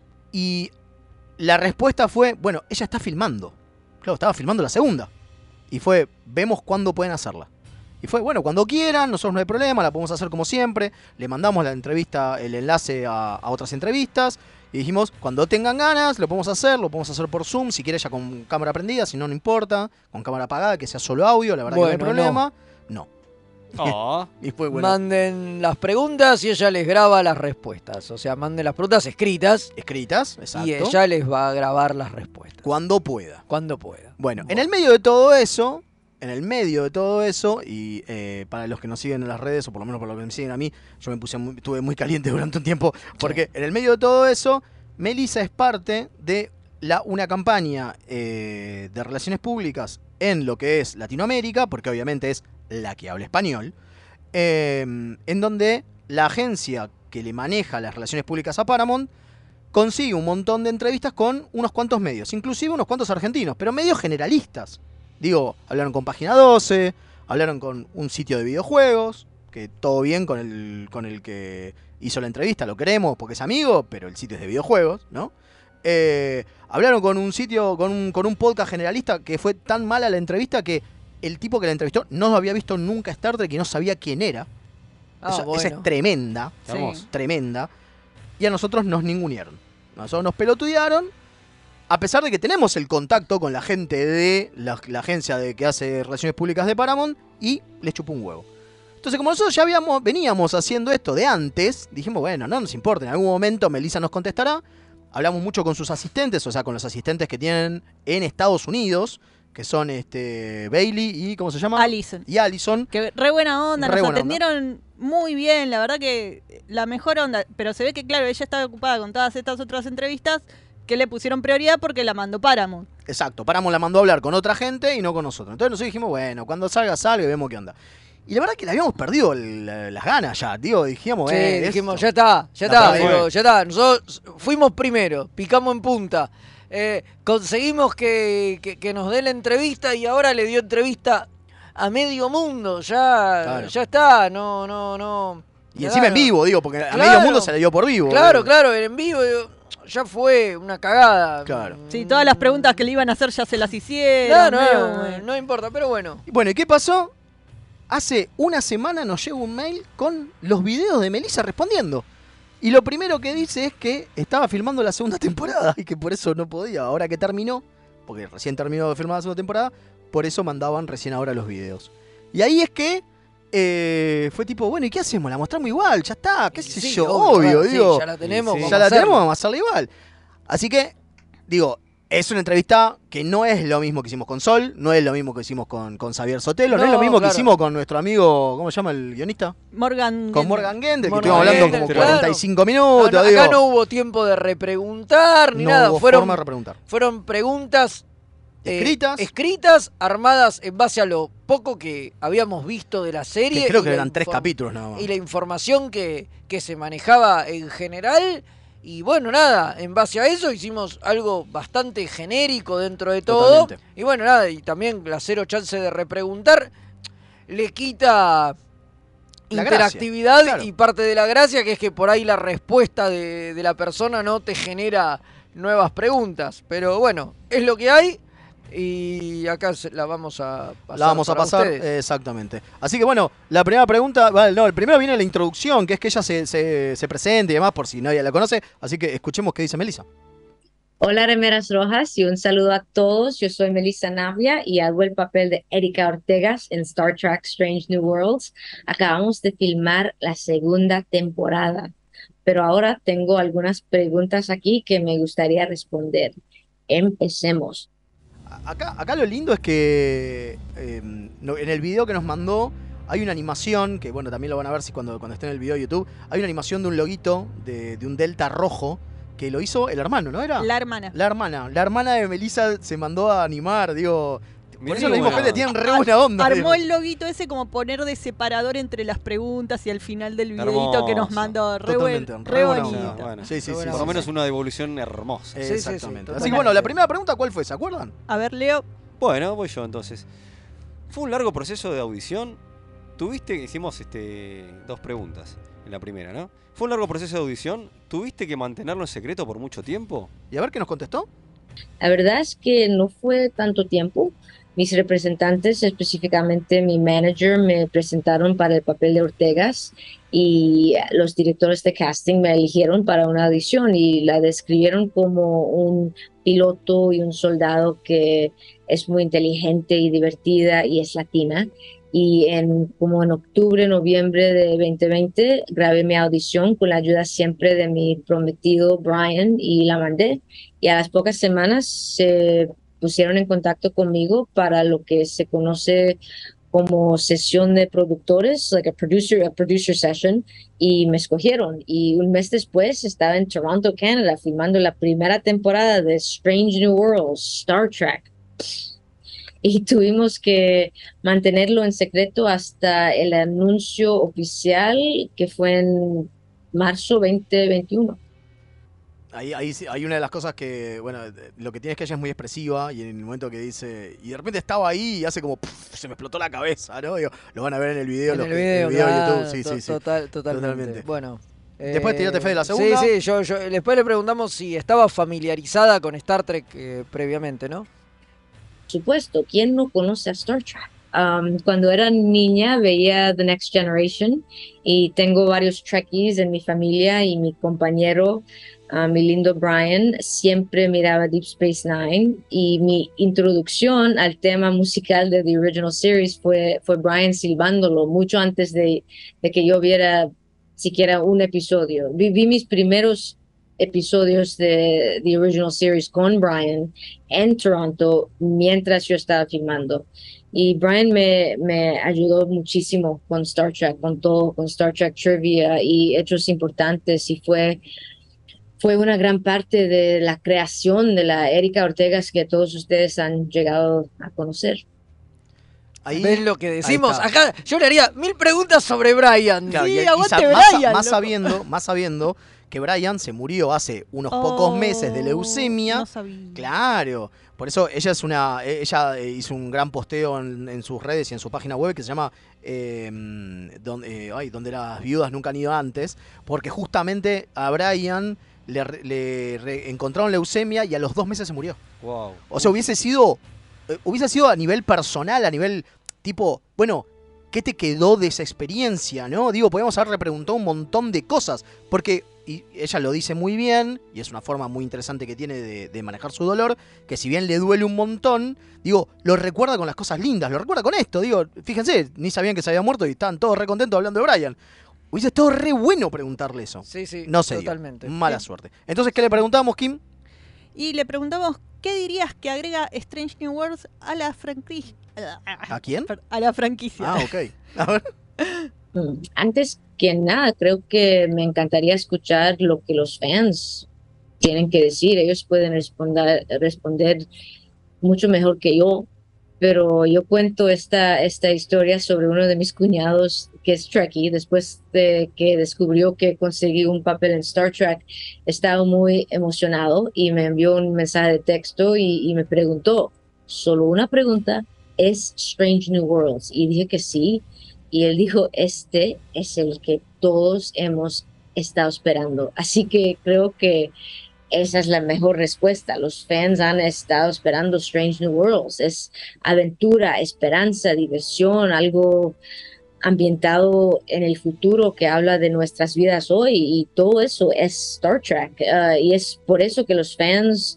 Y la respuesta fue, bueno, ella está filmando. Claro, estaba filmando la segunda. Y fue, vemos cuándo pueden hacerla. Y fue, bueno, cuando quieran, nosotros no hay problema, la podemos hacer como siempre. Le mandamos la entrevista, el enlace a otras entrevistas. Y dijimos, cuando tengan ganas, lo podemos hacer por Zoom, si quiere ya con cámara prendida, si no, no importa. Con cámara apagada, que sea solo audio, la verdad que no hay Bueno, problema. No. Oh. Y fue bueno. Manden las preguntas y ella les graba las respuestas. O sea, manden las preguntas escritas. Escritas, exacto. Y ella les va a grabar las respuestas. Cuando pueda. Cuando pueda. Bueno, en el medio de todo eso, y para los que nos siguen en las redes, o por lo menos por los que me siguen a mí, yo estuve muy caliente durante un tiempo, porque en el medio de todo eso, Melissa es parte de una campaña de relaciones públicas en lo que es Latinoamérica, porque obviamente es la que habla español, en donde la agencia que le maneja las relaciones públicas a Paramount consigue un montón de entrevistas con unos cuantos medios, inclusive unos cuantos argentinos, pero medios generalistas. Digo, hablaron con Página 12, hablaron con un sitio de videojuegos, que todo bien con el que hizo la entrevista, lo queremos porque es amigo, pero el sitio es de videojuegos, ¿no? Hablaron con un sitio, con un podcast generalista, que fue tan mala la entrevista que el tipo que la entrevistó no había visto nunca Star Trek y no sabía quién era. Esa es tremenda, Sí. tremenda. Y a nosotros nos ningunearon. Nosotros nos pelotudearon. A pesar de que tenemos el contacto con la gente de la agencia que hace relaciones públicas de Paramount, y les chupó un huevo. Entonces, como nosotros ya veníamos haciendo esto de antes, dijimos, bueno, no nos importa, en algún momento Melissa nos contestará. hablamos mucho con sus asistentes, o sea, con los asistentes que tienen en Estados Unidos, que son Bailey y ¿cómo se llama? Allison. Y Allison. Que re buena onda, Re nos buena atendieron muy bien, la verdad que la mejor onda. Pero se ve que, claro, ella estaba ocupada con todas estas otras entrevistas que le pusieron prioridad porque la mandó Paramount. Exacto, Paramount la mandó a hablar con otra gente y no con nosotros. Entonces nosotros dijimos, bueno, cuando salga y vemos qué onda. Y la verdad que le habíamos perdido las ganas ya, tío. Dijimos, dijimos, ya está. Nosotros fuimos primero, picamos en punta. Conseguimos que nos dé la entrevista y ahora le dio entrevista a medio mundo. Ya está, no. Y encima en vivo, digo, porque a medio mundo se le dio por vivo. Claro, en vivo. Ya fue una cagada. Claro. Sí, todas las preguntas que le iban a hacer ya se las hicieron. No importa, pero bueno. Bueno, ¿y qué pasó? Hace una semana nos llega un mail con los videos de Melissa respondiendo. Y lo primero que dice es que estaba filmando la segunda temporada y que por eso no podía. Ahora que terminó, porque recién terminó de filmar la segunda temporada, por eso mandaban recién ahora los videos. Y ahí es que fue tipo, bueno, ¿y qué hacemos? La mostramos igual, ya está, qué sé yo, obvio, digo. Ya la tenemos, vamos a hacerla igual. Así que, digo, es una entrevista que no es lo mismo que hicimos con Sol, no es lo mismo que hicimos con Xavier Sotelo, no es lo mismo que hicimos con nuestro amigo, ¿cómo se llama el guionista? Morgan Gendel, que estuvimos hablando como 45 minutos. Acá no hubo tiempo de repreguntar ni nada. No hubo forma de repreguntar. Fueron preguntas escritas, armadas en base a lo poco que habíamos visto de la serie. Que creo que eran 3 capítulos nada más. Y la información que se manejaba en general. Y bueno, nada, en base a eso hicimos algo bastante genérico dentro de todo. Totalmente. Y bueno, nada, y también la cero chance de repreguntar le quita la interactividad gracia, claro. Y parte de la gracia, que es que por ahí la respuesta de la persona no te genera nuevas preguntas. Pero bueno, es lo que hay. Y acá la vamos a pasar. La vamos a pasar, exactamente. Así que bueno, la primera pregunta, el primero viene la introducción, que es que ella se presente y demás, por si nadie la conoce. Así que escuchemos qué dice Melissa. Hola, Remeras Rojas, y un saludo a todos. Yo soy Melissa Navia y hago el papel de Erika Ortegas en Star Trek Strange New Worlds. Acabamos de filmar la segunda temporada, pero ahora tengo algunas preguntas aquí que me gustaría responder. Empecemos. Acá lo lindo es que en el video que nos mandó hay una animación, que bueno, también lo van a ver cuando esté en el video de YouTube. Hay una animación de un loguito, de un delta rojo, que lo hizo el hermano, ¿no era? La hermana. La hermana de Melissa se mandó a animar, digo. Por eso los mismos gente tienen re buena onda. Armó el loguito ese como poner de separador entre las preguntas y al final del videito que nos mandó. Re bonito. Bueno, sí, por lo menos una devolución hermosa. Exactamente. Así que bueno, la primera pregunta, ¿cuál fue? ¿Se acuerdan? A ver, Leo. Bueno, voy yo entonces. Fue un largo proceso de audición. Hicimos 2 preguntas en la primera, ¿no? Fue un largo proceso de audición. ¿Tuviste que mantenerlo en secreto por mucho tiempo? Y a ver qué nos contestó. La verdad es que no fue tanto tiempo. Mis representantes, específicamente mi manager, me presentaron para el papel de Ortegas y los directores de casting me eligieron para una audición y la describieron como un piloto y un soldado que es muy inteligente y divertida y es latina. Y como en octubre, noviembre de 2020, grabé mi audición con la ayuda siempre de mi prometido Brian y la mandé. Y a las pocas semanas se pusieron en contacto conmigo para lo que se conoce como sesión de productores, like a producer session, y me escogieron. Y un mes después estaba en Toronto, Canadá, filmando la primera temporada de Strange New Worlds, Star Trek. Y tuvimos que mantenerlo en secreto hasta el anuncio oficial, que fue en marzo 2021. Hay una de las cosas que, bueno, lo que tiene es que ella es muy expresiva y en el momento que dice, y de repente estaba ahí y hace como, se me explotó la cabeza, ¿no? Digo, lo van a ver en el video, el video de YouTube, sí. Totalmente. Bueno. Después tiraste fe de la segunda. Sí, yo después le preguntamos si estaba familiarizada con Star Trek previamente, ¿no? Por supuesto, ¿quién no conoce a Star Trek? Cuando era niña veía The Next Generation y tengo varios Trekkies en mi familia y mi compañero, mi lindo Brian, siempre miraba Deep Space Nine y mi introducción al tema musical de The Original Series fue Brian silbándolo mucho antes de que yo viera siquiera un episodio. Vi mis primeros episodios de The Original Series con Brian en Toronto mientras yo estaba filmando. Y Brian me ayudó muchísimo con Star Trek, con todo, con Star Trek Trivia y hechos importantes. Y fue una gran parte de la creación de la Erika Ortegas que todos ustedes han llegado a conocer. ¿Ven lo que decimos? Acá yo le haría 1000 preguntas sobre Brian. Claro, Sí, y aguante más, Brian, más loco. sabiendo que Brian se murió hace unos pocos meses de leucemia. No sabía. Claro. Por eso ella hizo un gran posteo en sus redes y en su página web que se llama donde las viudas nunca han ido antes, porque justamente a Brian le encontraron leucemia y a los 2 meses se murió. Wow. O sea, hubiese sido a nivel personal, a nivel tipo, bueno, ¿qué te quedó de esa experiencia, no? Digo, podemos haberle preguntado un montón de cosas, porque y ella lo dice muy bien, y es una forma muy interesante que tiene de manejar su dolor, que si bien le duele un montón, digo, lo recuerda con las cosas lindas, lo recuerda con esto, digo, fíjense, ni sabían que se había muerto y estaban todos re contentos hablando de Brian. Hubiese estado re bueno preguntarle eso. Sí, sí, no se totalmente. dio. Mala suerte. Entonces, ¿qué le preguntamos, Kim? Y le preguntamos, ¿qué dirías que agrega Strange New Worlds a la franquicia? ¿A quién? A la franquicia. Ah, ok. A ver. Antes que nada, creo que me encantaría escuchar lo que los fans tienen que decir. Ellos pueden responder mucho mejor que yo, pero yo cuento esta historia sobre uno de mis cuñados que es Trekkie. Después de que descubrió que conseguí un papel en Star Trek, estaba muy emocionado y me envió un mensaje de texto y me preguntó, solo una pregunta, ¿es Strange New Worlds? Y dije que sí. Y él dijo, este es el que todos hemos estado esperando. Así que creo que esa es la mejor respuesta. Los fans han estado esperando Strange New Worlds. Es aventura, esperanza, diversión, algo ambientado en el futuro que habla de nuestras vidas hoy. Y todo eso es Star Trek. Y es por eso que los fans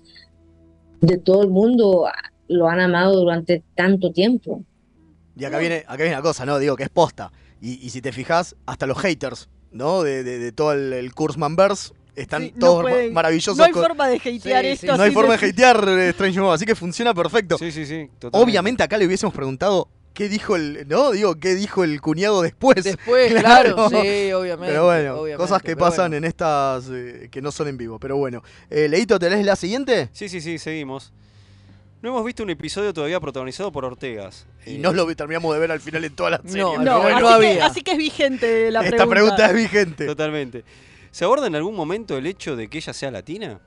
de todo el mundo lo han amado durante tanto tiempo. Y acá viene una cosa, ¿no? Digo, que es posta. Y si te fijas, hasta los haters, ¿no? De todo el Kurzmanverse están Sí, todos pueden- maravillosos. No hay forma de hatear esto. No hay así forma de hatear Strange New Worlds, así que funciona perfecto. Sí, totalmente. Obviamente acá le hubiésemos preguntado qué dijo qué dijo el cuñado después. Después, claro, sí, obviamente. Pero bueno, obviamente, cosas que pero pasan bueno. en estas que no son en vivo. Pero bueno. Leito, ¿te lees la siguiente? Sí, seguimos. No hemos visto un episodio todavía protagonizado por Ortegas. Y no lo terminamos de ver al final en toda la serie. Así que es vigente la pregunta. Esta pregunta es vigente. Totalmente. ¿Se aborda en algún momento el hecho de que ella sea latina?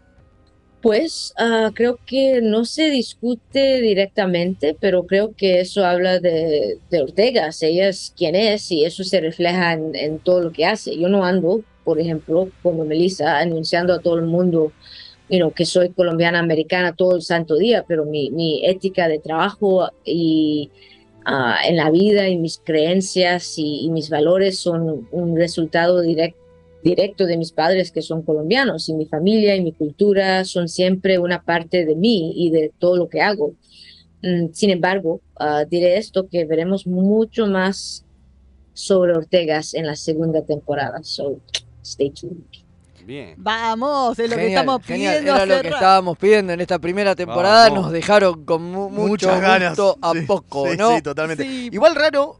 Pues creo que no se discute directamente, pero creo que eso habla de Ortegas. Ella es quien es y eso se refleja en todo lo que hace. Yo no ando, por ejemplo, como Melissa, anunciando a todo el mundo que soy colombiana americana todo el santo día, pero mi ética de trabajo y en la vida y mis creencias y mis valores son un resultado directo de mis padres que son colombianos, y mi familia y mi cultura son siempre una parte de mí y de todo lo que hago. Sin embargo, diré esto, que veremos mucho más sobre Ortegas en la segunda temporada, so stay tuned. Bien. Vamos, es lo que Genial, estamos genial. pidiendo Era hace lo que rato. estábamos pidiendo en esta primera temporada. Vamos. Nos dejaron con mucho Muchas ganas. gusto a Sí, poco, sí, ¿no? Sí, totalmente. Sí. Igual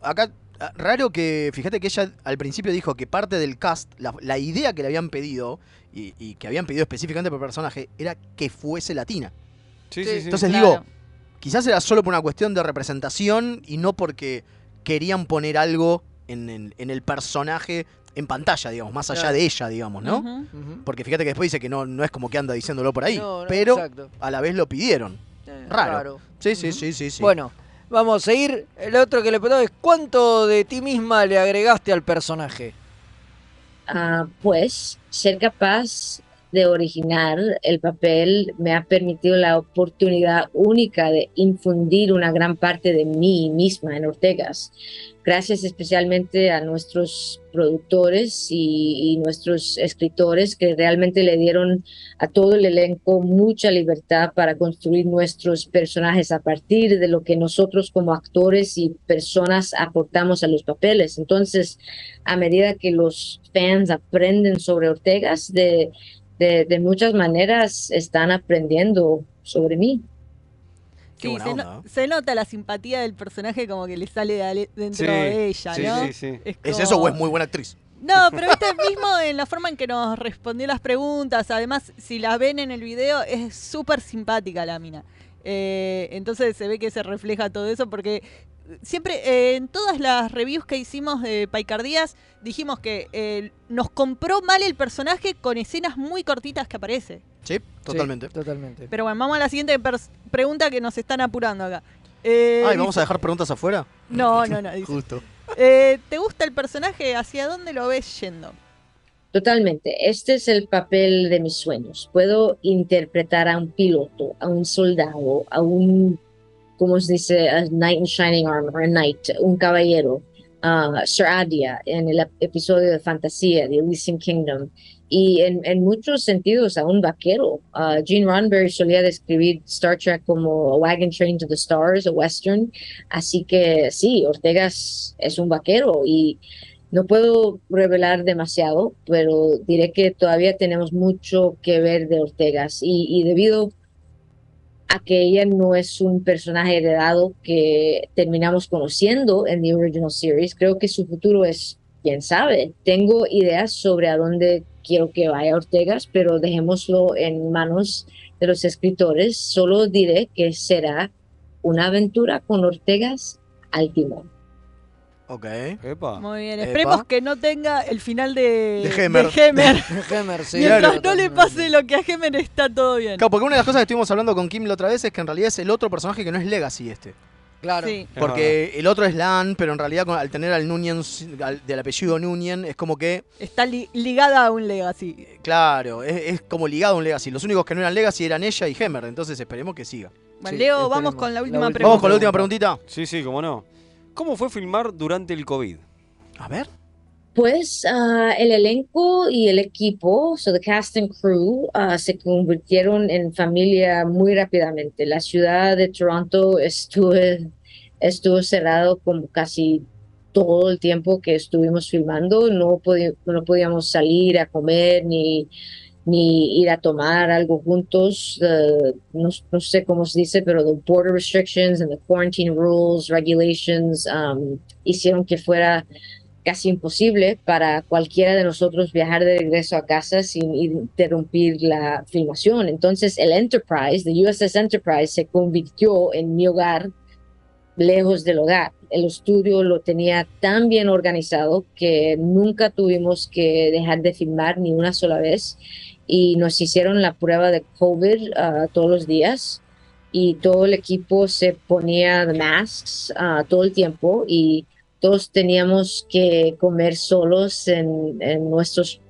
raro que, fíjate que ella al principio dijo que parte del cast, la idea que le habían pedido, y que habían pedido específicamente por personaje, era que fuese latina. Sí. Entonces claro. digo, quizás era solo por una cuestión de representación y no porque querían poner algo en el personaje en pantalla, digamos, más allá Claro. de ella, digamos, ¿no? Ujú. Ujú. Porque fíjate que después dice que no es como que anda diciéndolo por ahí, No, pero exacto. a la vez lo pidieron. Raro. Sí. Bueno, vamos a seguir. El otro que le preguntaba es, ¿cuánto de ti misma le agregaste al personaje? Pues ser capaz de originar el papel me ha permitido la oportunidad única de infundir una gran parte de mí misma en Ortegas. Gracias especialmente a nuestros productores y nuestros escritores que realmente le dieron a todo el elenco mucha libertad para construir nuestros personajes a partir de lo que nosotros como actores y personas aportamos a los papeles. Entonces, a medida que los fans aprenden sobre Ortegas, de de muchas maneras están aprendiendo sobre mí. Sí, se nota la simpatía del personaje como que le sale dentro de ella, ¿no? Sí. ¿Es eso o es muy buena actriz? No, pero viste mismo en la forma en que nos respondió las preguntas. Además, si la ven en el video, es súper simpática la mina. Entonces se ve que se refleja todo eso porque siempre en todas las reviews que hicimos de Picardías dijimos que nos compró mal el personaje con escenas muy cortitas que aparece. Sí, totalmente. Sí, totalmente. Pero bueno, vamos a la siguiente pregunta que nos están apurando acá. ¿Vamos a dejar preguntas afuera? No. Dice, Justo. ¿te gusta el personaje? ¿Hacia dónde lo ves yendo? Totalmente. Este es el papel de mis sueños. Puedo interpretar a un piloto, a un soldado, a un, ¿cómo se dice? A knight in shining armor, a knight, un caballero. Sir Adia en el episodio de fantasía de Elysian Kingdom. Y en muchos sentidos a un vaquero. Gene Roddenberry solía describir Star Trek como a wagon train to the stars, a western. Así que sí, Ortegas es un vaquero y no puedo revelar demasiado, pero diré que todavía tenemos mucho que ver de Ortegas. Y debido a que ella no es un personaje heredado que terminamos conociendo en The Original Series, creo que su futuro es, quién sabe. Tengo ideas sobre a dónde quiero que vaya Ortegas, pero dejémoslo en manos de los escritores. Solo diré que será una aventura con Ortegas al timón. Ok. Muy bien, esperemos que no tenga el final de Hemmer. Hemmer, sí. Mientras no le pase lo que a Hemmer está todo bien. Claro, porque una de las cosas que estuvimos hablando con Kim la otra vez es que en realidad es el otro personaje que no es Legacy Claro. Sí. Porque el otro es Lan, pero en realidad al tener al Nunien, del apellido Nunien, es como que... Está ligada a un Legacy. Claro, es como ligado a un Legacy. Los únicos que no eran Legacy eran ella y Hemmer, entonces esperemos que siga. Bueno, Leo, vamos con la última pregunta. Vamos con la última preguntita. Sí, cómo no. ¿Cómo fue filmar durante el COVID? A ver. Pues el elenco y el equipo, so the cast and crew, se convirtieron en familia muy rápidamente. La ciudad de Toronto estuvo cerrado como casi todo el tiempo que estuvimos filmando. No podíamos salir a comer ni ir a tomar algo juntos. No sé cómo se dice, pero the border restrictions and the quarantine rules, regulations, hicieron que fuera casi imposible para cualquiera de nosotros viajar de regreso a casa sin interrumpir la filmación. Entonces el Enterprise, the USS Enterprise, se convirtió en mi hogar lejos del hogar. El estudio lo tenía tan bien organizado que nunca tuvimos que dejar de filmar ni una sola vez y nos hicieron la prueba de COVID todos los días y todo el equipo se ponía the masks todo el tiempo y todos teníamos que comer solos en nuestros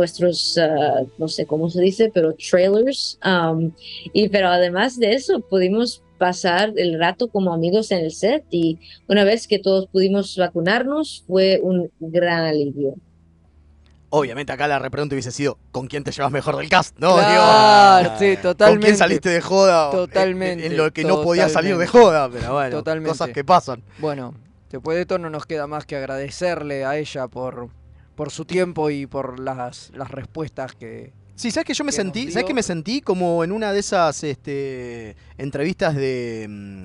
no sé cómo se dice, pero trailers. Pero además de eso, pudimos pasar el rato como amigos en el set y una vez que todos pudimos vacunarnos, fue un gran alivio. Obviamente acá la repregunta hubiese sido ¿con quién te llevas mejor del cast? ¿No? Claro, sí, totalmente. ¿Con quién saliste de joda? Totalmente. En lo que no podía salir de joda, pero bueno, totalmente. Cosas que pasan. Bueno, después de todo no nos queda más que agradecerle a ella por su tiempo y por las respuestas que... Sí, ¿sabes que yo me sentí? ¿Sabes que me sentí como en una de esas entrevistas de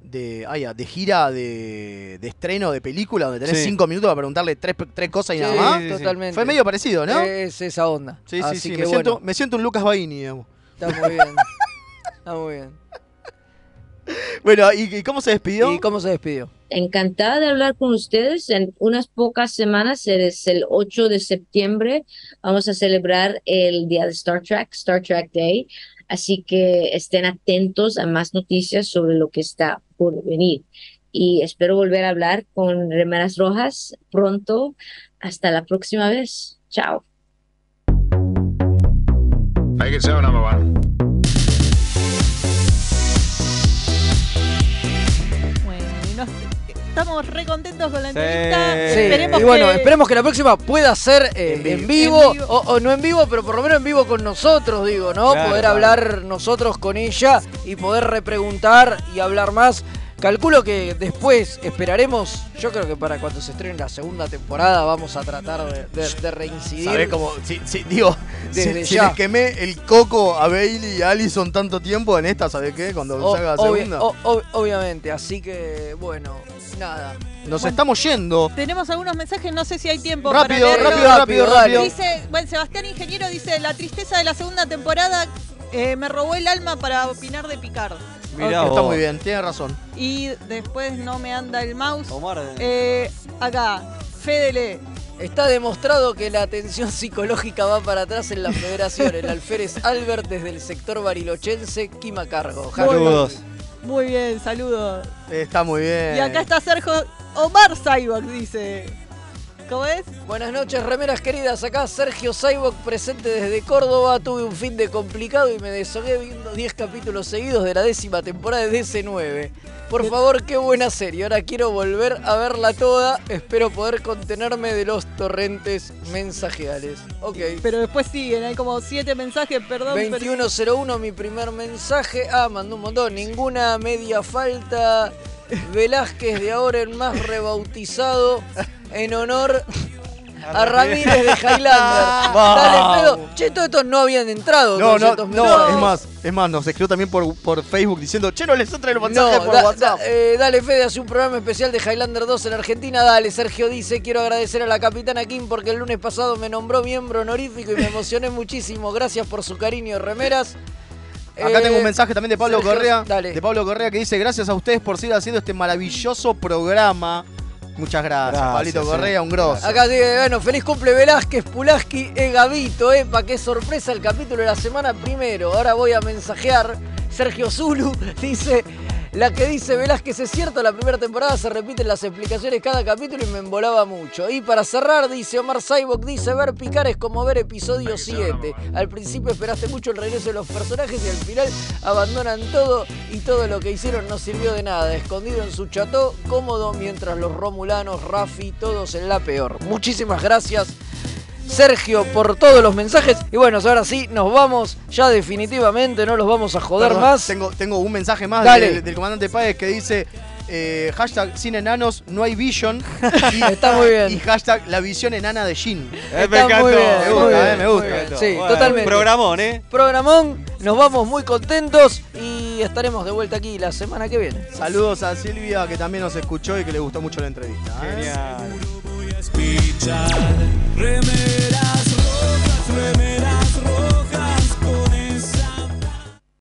gira de estreno de película donde tenés 5 minutos para preguntarle tres cosas y nada más? Sí, totalmente. Fue medio parecido, ¿no? Es esa onda. Sí, Así sí, que me siento un Lucas Baini, digamos. Está muy bien. Está muy bien. Bueno, ¿y cómo se despidió? Encantada de hablar con ustedes. En unas pocas semanas, es el 8 de septiembre, vamos a celebrar el día de Star Trek Day. Así que estén atentos a más noticias sobre lo que está por venir. Y espero volver a hablar con Remeras Rojas pronto. Hasta la próxima vez. Chao. Make it so, number one. Estamos re contentos con la entrevista. Sí. Esperemos que la próxima pueda ser en vivo. O no en vivo, pero por lo menos en vivo con nosotros, digo, ¿no? Claro, poder hablar nosotros con ella y poder repreguntar y hablar más. Calculo que después esperaremos, yo creo que para cuando se estrene la segunda temporada vamos a tratar de reincidir. ¿Sabés cómo? Digo, desde si ya. les quemé el coco a Bailey y a Allison tanto tiempo en esta, ¿sabés qué? Cuando salga la segunda. Obviamente, así que bueno, nada. Nos estamos yendo. Tenemos algunos mensajes, no sé si hay tiempo rápido, para leerlos. rápido. Dice, bueno, Sebastián Ingeniero dice, la tristeza de la segunda temporada me robó el alma para opinar de Picard. Mirá, okay. Está muy bien, tiene razón. Y después no me anda el mouse. Omar, acá, Fedele. Está demostrado que la atención psicológica va para atrás en la federación. El alférez Albert desde el sector barilochense, Quima Cargo. Saludos. Muy bien, saludos. Está muy bien. Y acá está Sergio Omar Cyborg, dice. ¿Cómo es? Buenas noches, remeras queridas. Acá Sergio Cyborg, presente desde Córdoba. Tuve un fin de complicado y me deshogué viendo 10 capítulos seguidos de la 10ª temporada de DC9. Por favor, qué buena serie. Ahora quiero volver a verla toda. Espero poder contenerme de los torrentes mensajeales. Ok. Pero después siguen, hay como 7 mensajes, perdón. 2101, mi primer mensaje. Mandó un montón. Ninguna media falta. Velázquez de ahora en más rebautizado en honor a Ramírez de Highlander. Dale, Pedro. Che, todos estos no habían entrado. No, es más, nos escribió también por Facebook diciendo, che, no les entra el mensaje por WhatsApp. Dale, Fede, hace un programa especial de Highlander 2 en Argentina. Dale, Sergio dice, quiero agradecer a la capitana Kim porque el lunes pasado me nombró miembro honorífico y me emocioné muchísimo. Gracias por su cariño, remeras. Acá tengo un mensaje también de Pablo Sergio, Correa. Dale. De Pablo Correa que dice, gracias a ustedes por seguir haciendo este maravilloso programa. Muchas gracias, Pablito Correa, un grosso. Acá dice, bueno, feliz cumple Velázquez, Pulaski, Gavito, pa' qué sorpresa el capítulo de la semana primero. Ahora voy a mensajear. Sergio Zulu dice, la que dice Velázquez es cierto, la primera temporada se repiten las explicaciones cada capítulo y me embolaba mucho. Y para cerrar, dice Omar Cyborg, dice, ver Picar es como ver episodio 7. Al principio esperaste mucho el regreso de los personajes y al final abandonan todo y todo lo que hicieron no sirvió de nada. Escondido en su cható, cómodo, mientras los romulanos, Raffi, todos en la peor. Muchísimas gracias, Sergio, por todos los mensajes. Y bueno, ahora sí, nos vamos ya definitivamente, no los vamos a joder más. Tengo un mensaje más del comandante Páez que dice, hashtag sin enanos, no hay vision. Y, está muy bien. Y hashtag la visión enana de Shin. Me encantó. Me gusta. Sí, bueno, totalmente. Programón, Programón, nos vamos muy contentos y estaremos de vuelta aquí la semana que viene. Saludos a Silvia, que también nos escuchó y que le gustó mucho la entrevista. Genial. Remeras rojas, remeras